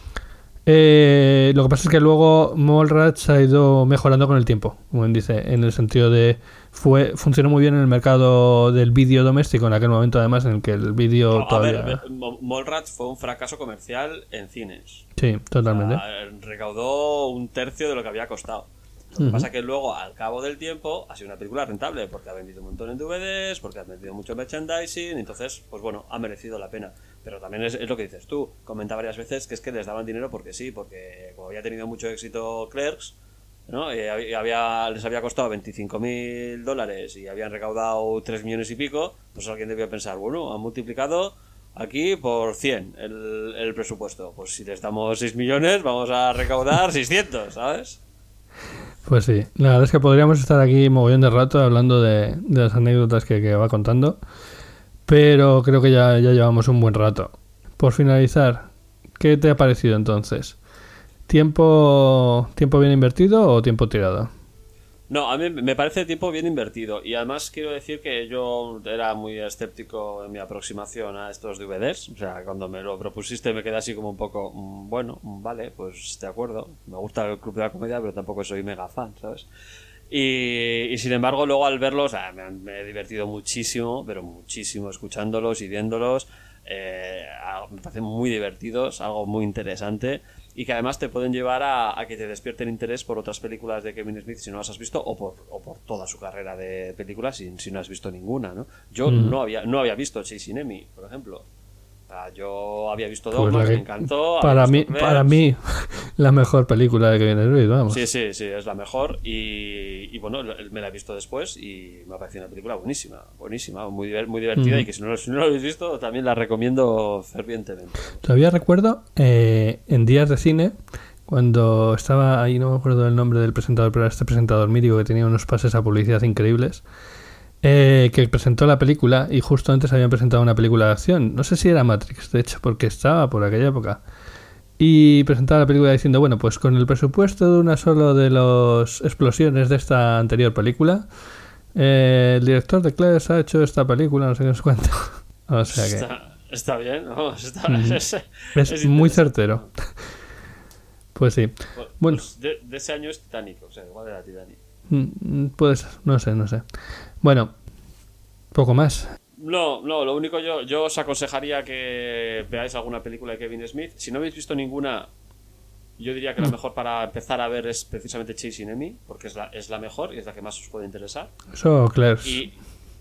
Eh, lo que pasa es que luego Mallrats ha ido mejorando con el tiempo, como él dice, en el sentido de fue funcionó muy bien en el mercado del vídeo doméstico en aquel momento, además en el que el vídeo no, todavía... A ver, Mallrats fue un fracaso comercial en cines. Sí, totalmente. O sea, recaudó un tercio de lo que había costado. Lo que uh-huh. pasa es que luego, al cabo del tiempo, ha sido una película rentable porque ha vendido un montón en D V Ds, porque ha vendido mucho merchandising, entonces, pues bueno, ha merecido la pena. Pero también es, es lo que dices tú. Comenta varias veces que es que les daban dinero porque sí, porque como había tenido mucho éxito Clerks, ¿no? Y había, les había costado veinticinco mil dólares y habían recaudado tres millones y pico, pues alguien debía pensar, bueno, han multiplicado aquí por cien el, el presupuesto. Pues si les damos seis millones, vamos a recaudar seiscientos, ¿sabes? Pues sí, la verdad es que podríamos estar aquí mogollón de rato hablando de, de las anécdotas que, que va contando, pero creo que ya, ya llevamos un buen rato. Por finalizar, ¿qué te ha parecido entonces? ¿Tiempo, tiempo bien invertido o tiempo tirado? No, a mí me parece tiempo bien invertido, y además quiero decir que yo era muy escéptico en mi aproximación a estos D V Ds. O sea, cuando me lo propusiste me quedé así como un poco, bueno, vale, pues de acuerdo, me gusta el Club de la Comedia, pero tampoco soy mega fan, ¿sabes? Y, y sin embargo luego al verlos, o sea, me, me he divertido muchísimo, pero muchísimo escuchándolos y viéndolos. Eh, me parecen muy divertidos, algo muy interesante, y que además te pueden llevar a, a que te despierten interés por otras películas de Kevin Smith si no las has visto, o por, o por toda su carrera de películas si, si no has visto ninguna, ¿no? Yo mm. no había no había visto Chasing Amy, por ejemplo. O sea, yo había visto Dogma, pues que me encantó. Para mí, para mí, la mejor película de Kevin Smith, vamos. Sí, sí, sí, es la mejor. Y, y bueno, me la he visto después y me ha parecido una película buenísima, buenísima, muy, muy divertida. Mm. Y que si no, si no lo habéis visto, también la recomiendo fervientemente. Todavía recuerdo eh, en días de cine, cuando estaba ahí, no me acuerdo del nombre del presentador, pero era este presentador mítico que tenía unos pases a publicidad increíbles. Eh, que presentó la película, y justo antes habían presentado una película de acción, no sé si era Matrix, de hecho, porque estaba por aquella época, y presentaba la película diciendo, bueno, pues con el presupuesto de una solo de las explosiones de esta anterior película, eh, el director de Clerks ha hecho esta película, no sé qué os cuento. O sea que está, está bien, ¿no? Está, mm. es, es, es muy certero. Pues sí. Pues, bueno, pues de, de ese año es Titanic, o sea, igual era Titanic. Puede ser, no sé, no sé. Bueno, poco más. No, no, lo único yo, yo os aconsejaría que veáis alguna película de Kevin Smith. Si no habéis visto ninguna, yo diría que la mejor para empezar a ver es precisamente Chasing Amy, porque es la, es la mejor y es la que más os puede interesar. Eso, Clerks. Y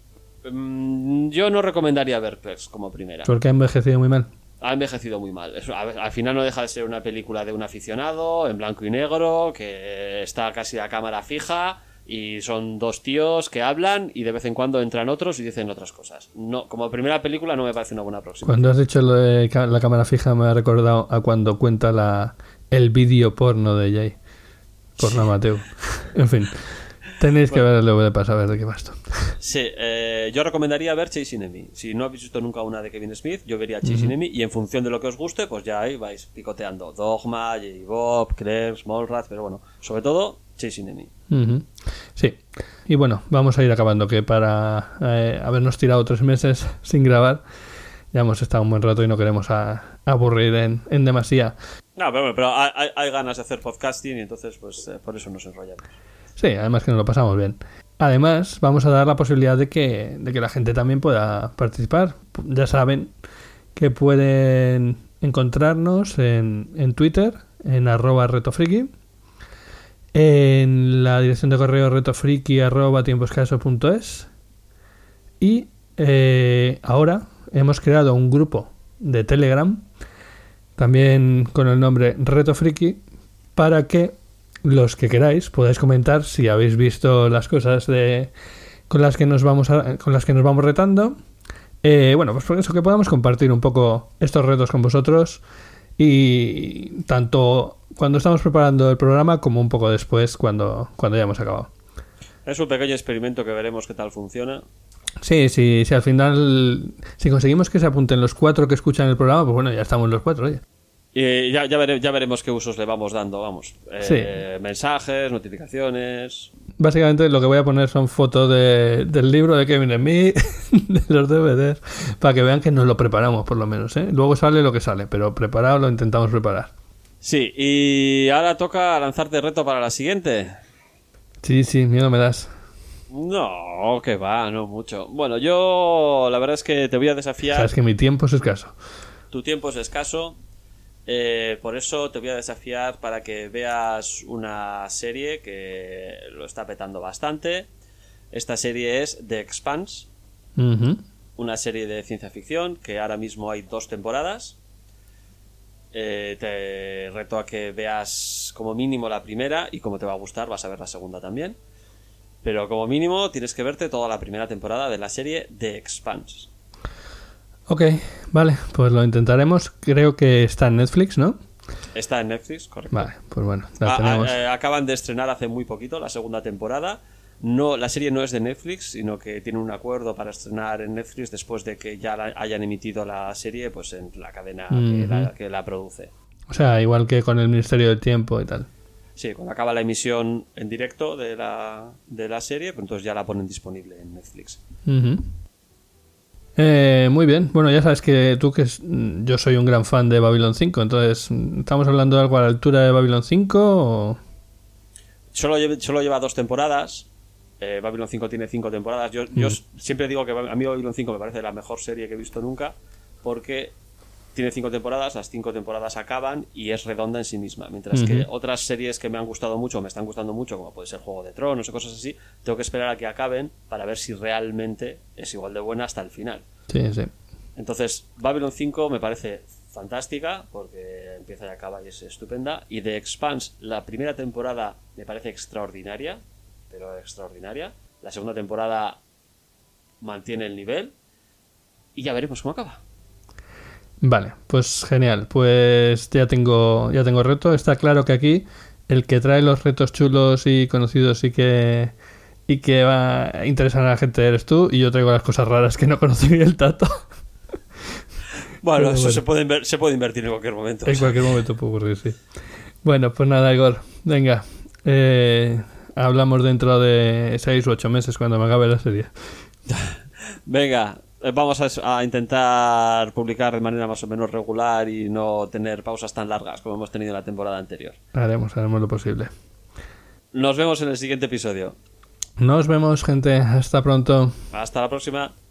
um, yo no recomendaría ver Clerks como primera. Porque ha envejecido muy mal. Ha envejecido muy mal. Eso, a, al final no deja de ser una película de un aficionado, en blanco y negro, que está casi a cámara fija, y son dos tíos que hablan y de vez en cuando entran otros y dicen otras cosas. No, como primera película no me parece una buena aproximación. Cuando has dicho lo de la cámara fija me ha recordado a cuando cuenta la el vídeo porno de Jay. Porno amateur. En fin. Tenéis que bueno, ver el D V D para saber de qué va esto. Sí, eh, yo recomendaría ver Chasing Amy. Si no habéis visto nunca una de Kevin Smith, yo vería Chasing uh-huh. Amy, y en función de lo que os guste, pues ya ahí vais picoteando. Dogma, J-Bob, Clerks, Mallrats, pero bueno, sobre todo Chasing Amy. Uh-huh. Sí, y bueno, vamos a ir acabando, que para eh, habernos tirado tres meses sin grabar, ya hemos estado un buen rato y no queremos a, aburrir en, en demasía. No, pero, pero hay, hay ganas de hacer podcasting y entonces pues eh, por eso nos enrollamos. Sí, además que nos lo pasamos bien. Además, vamos a dar la posibilidad de que, de que la gente también pueda participar. Ya saben que pueden encontrarnos en, en Twitter, en arroba retofriki, en la dirección de correo retofriki arroba tiemposcaso punto es, y eh, ahora hemos creado un grupo de Telegram, también con el nombre retofriki, para que los que queráis podáis comentar si habéis visto las cosas de con las que nos vamos a, con las que nos vamos retando. Eh, bueno, pues por eso que podamos compartir un poco estos retos con vosotros, y tanto cuando estamos preparando el programa como un poco después cuando, cuando ya hemos acabado. Es un pequeño experimento que veremos qué tal funciona. Sí, sí, sí, al final si conseguimos que se apunten los cuatro que escuchan el programa, pues bueno, ya estamos los cuatro, oye. Y ya, ya, vere, ya veremos qué usos le vamos dando, vamos. Eh, Sí. Mensajes, notificaciones. Básicamente lo que voy a poner son fotos de, del libro de Kevin Smith, de los D V Ds, para que vean que nos lo preparamos por lo menos, ¿eh? Luego sale lo que sale, pero preparado lo intentamos preparar. Sí, y ahora toca lanzarte reto para la siguiente. Sí, sí, miedo me das. No, que va, no mucho. Bueno, yo la verdad es que te voy a desafiar. Sabes que mi tiempo es escaso. Tu tiempo es escaso. Eh, por eso te voy a desafiar para que veas una serie que lo está petando bastante. Esta serie es The Expanse, Uh-huh. una serie de ciencia ficción que ahora mismo hay dos temporadas. Eh, te reto a que veas como mínimo la primera, y como te va a gustar vas a ver la segunda también. Pero como mínimo tienes que verte toda la primera temporada de la serie The Expanse. Ok, vale, pues lo intentaremos. Creo que está en Netflix, ¿no? Está en Netflix, correcto. Vale, pues bueno, la A- tenemos. a- eh, acaban de estrenar hace muy poquito la segunda temporada. No, la serie no es de Netflix, sino que tiene un acuerdo para estrenar en Netflix después de que ya la- hayan emitido la serie pues en la cadena que, Ujú. la, que la produce. O sea, igual que con el Ministerio del Tiempo y tal. Sí, cuando acaba la emisión en directo de la, de la serie, pues entonces ya la ponen disponible en Netflix. Ujú. Eh, muy bien, bueno, ya sabes que tú que es- yo soy un gran fan de Babylon cinco, entonces, ¿estamos hablando de algo a la altura de Babylon cinco o...? Solo, lleva- solo lleva dos temporadas. Eh, Babylon cinco tiene cinco temporadas. Yo, yo Mm. s- siempre digo que a mí Babylon cinco me parece la mejor serie que he visto nunca, porque tiene cinco temporadas, las cinco temporadas acaban y es redonda en sí misma. Mientras que Ujú. otras series que me han gustado mucho, o me están gustando mucho, como puede ser Juego de Tronos o cosas así, tengo que esperar a que acaben para ver si realmente es igual de buena hasta el final. Sí, sí. Entonces, Babylon cinco me parece fantástica porque empieza y acaba y es estupenda. Y The Expanse, la primera temporada me parece extraordinaria, pero extraordinaria. La segunda temporada mantiene el nivel y ya veremos cómo acaba. Vale, pues genial, pues ya tengo, ya tengo reto. Está claro que aquí el que trae los retos chulos y conocidos y que y que va a interesar a la gente eres tú, y yo traigo las cosas raras que no conocí el tato. Bueno, Pero eso bueno. Se, puede inver- se puede invertir en cualquier momento. En cualquier momento puede ocurrir, sí. Bueno, pues nada, Igor, venga, eh, hablamos dentro de seis u ocho meses cuando me acabe la serie. Venga, eh, vamos a, a intentar publicar de manera más o menos regular y no tener pausas tan largas como hemos tenido en la temporada anterior. Haremos, haremos lo posible. Nos vemos en el siguiente episodio. Nos vemos, gente. Hasta pronto. Hasta la próxima.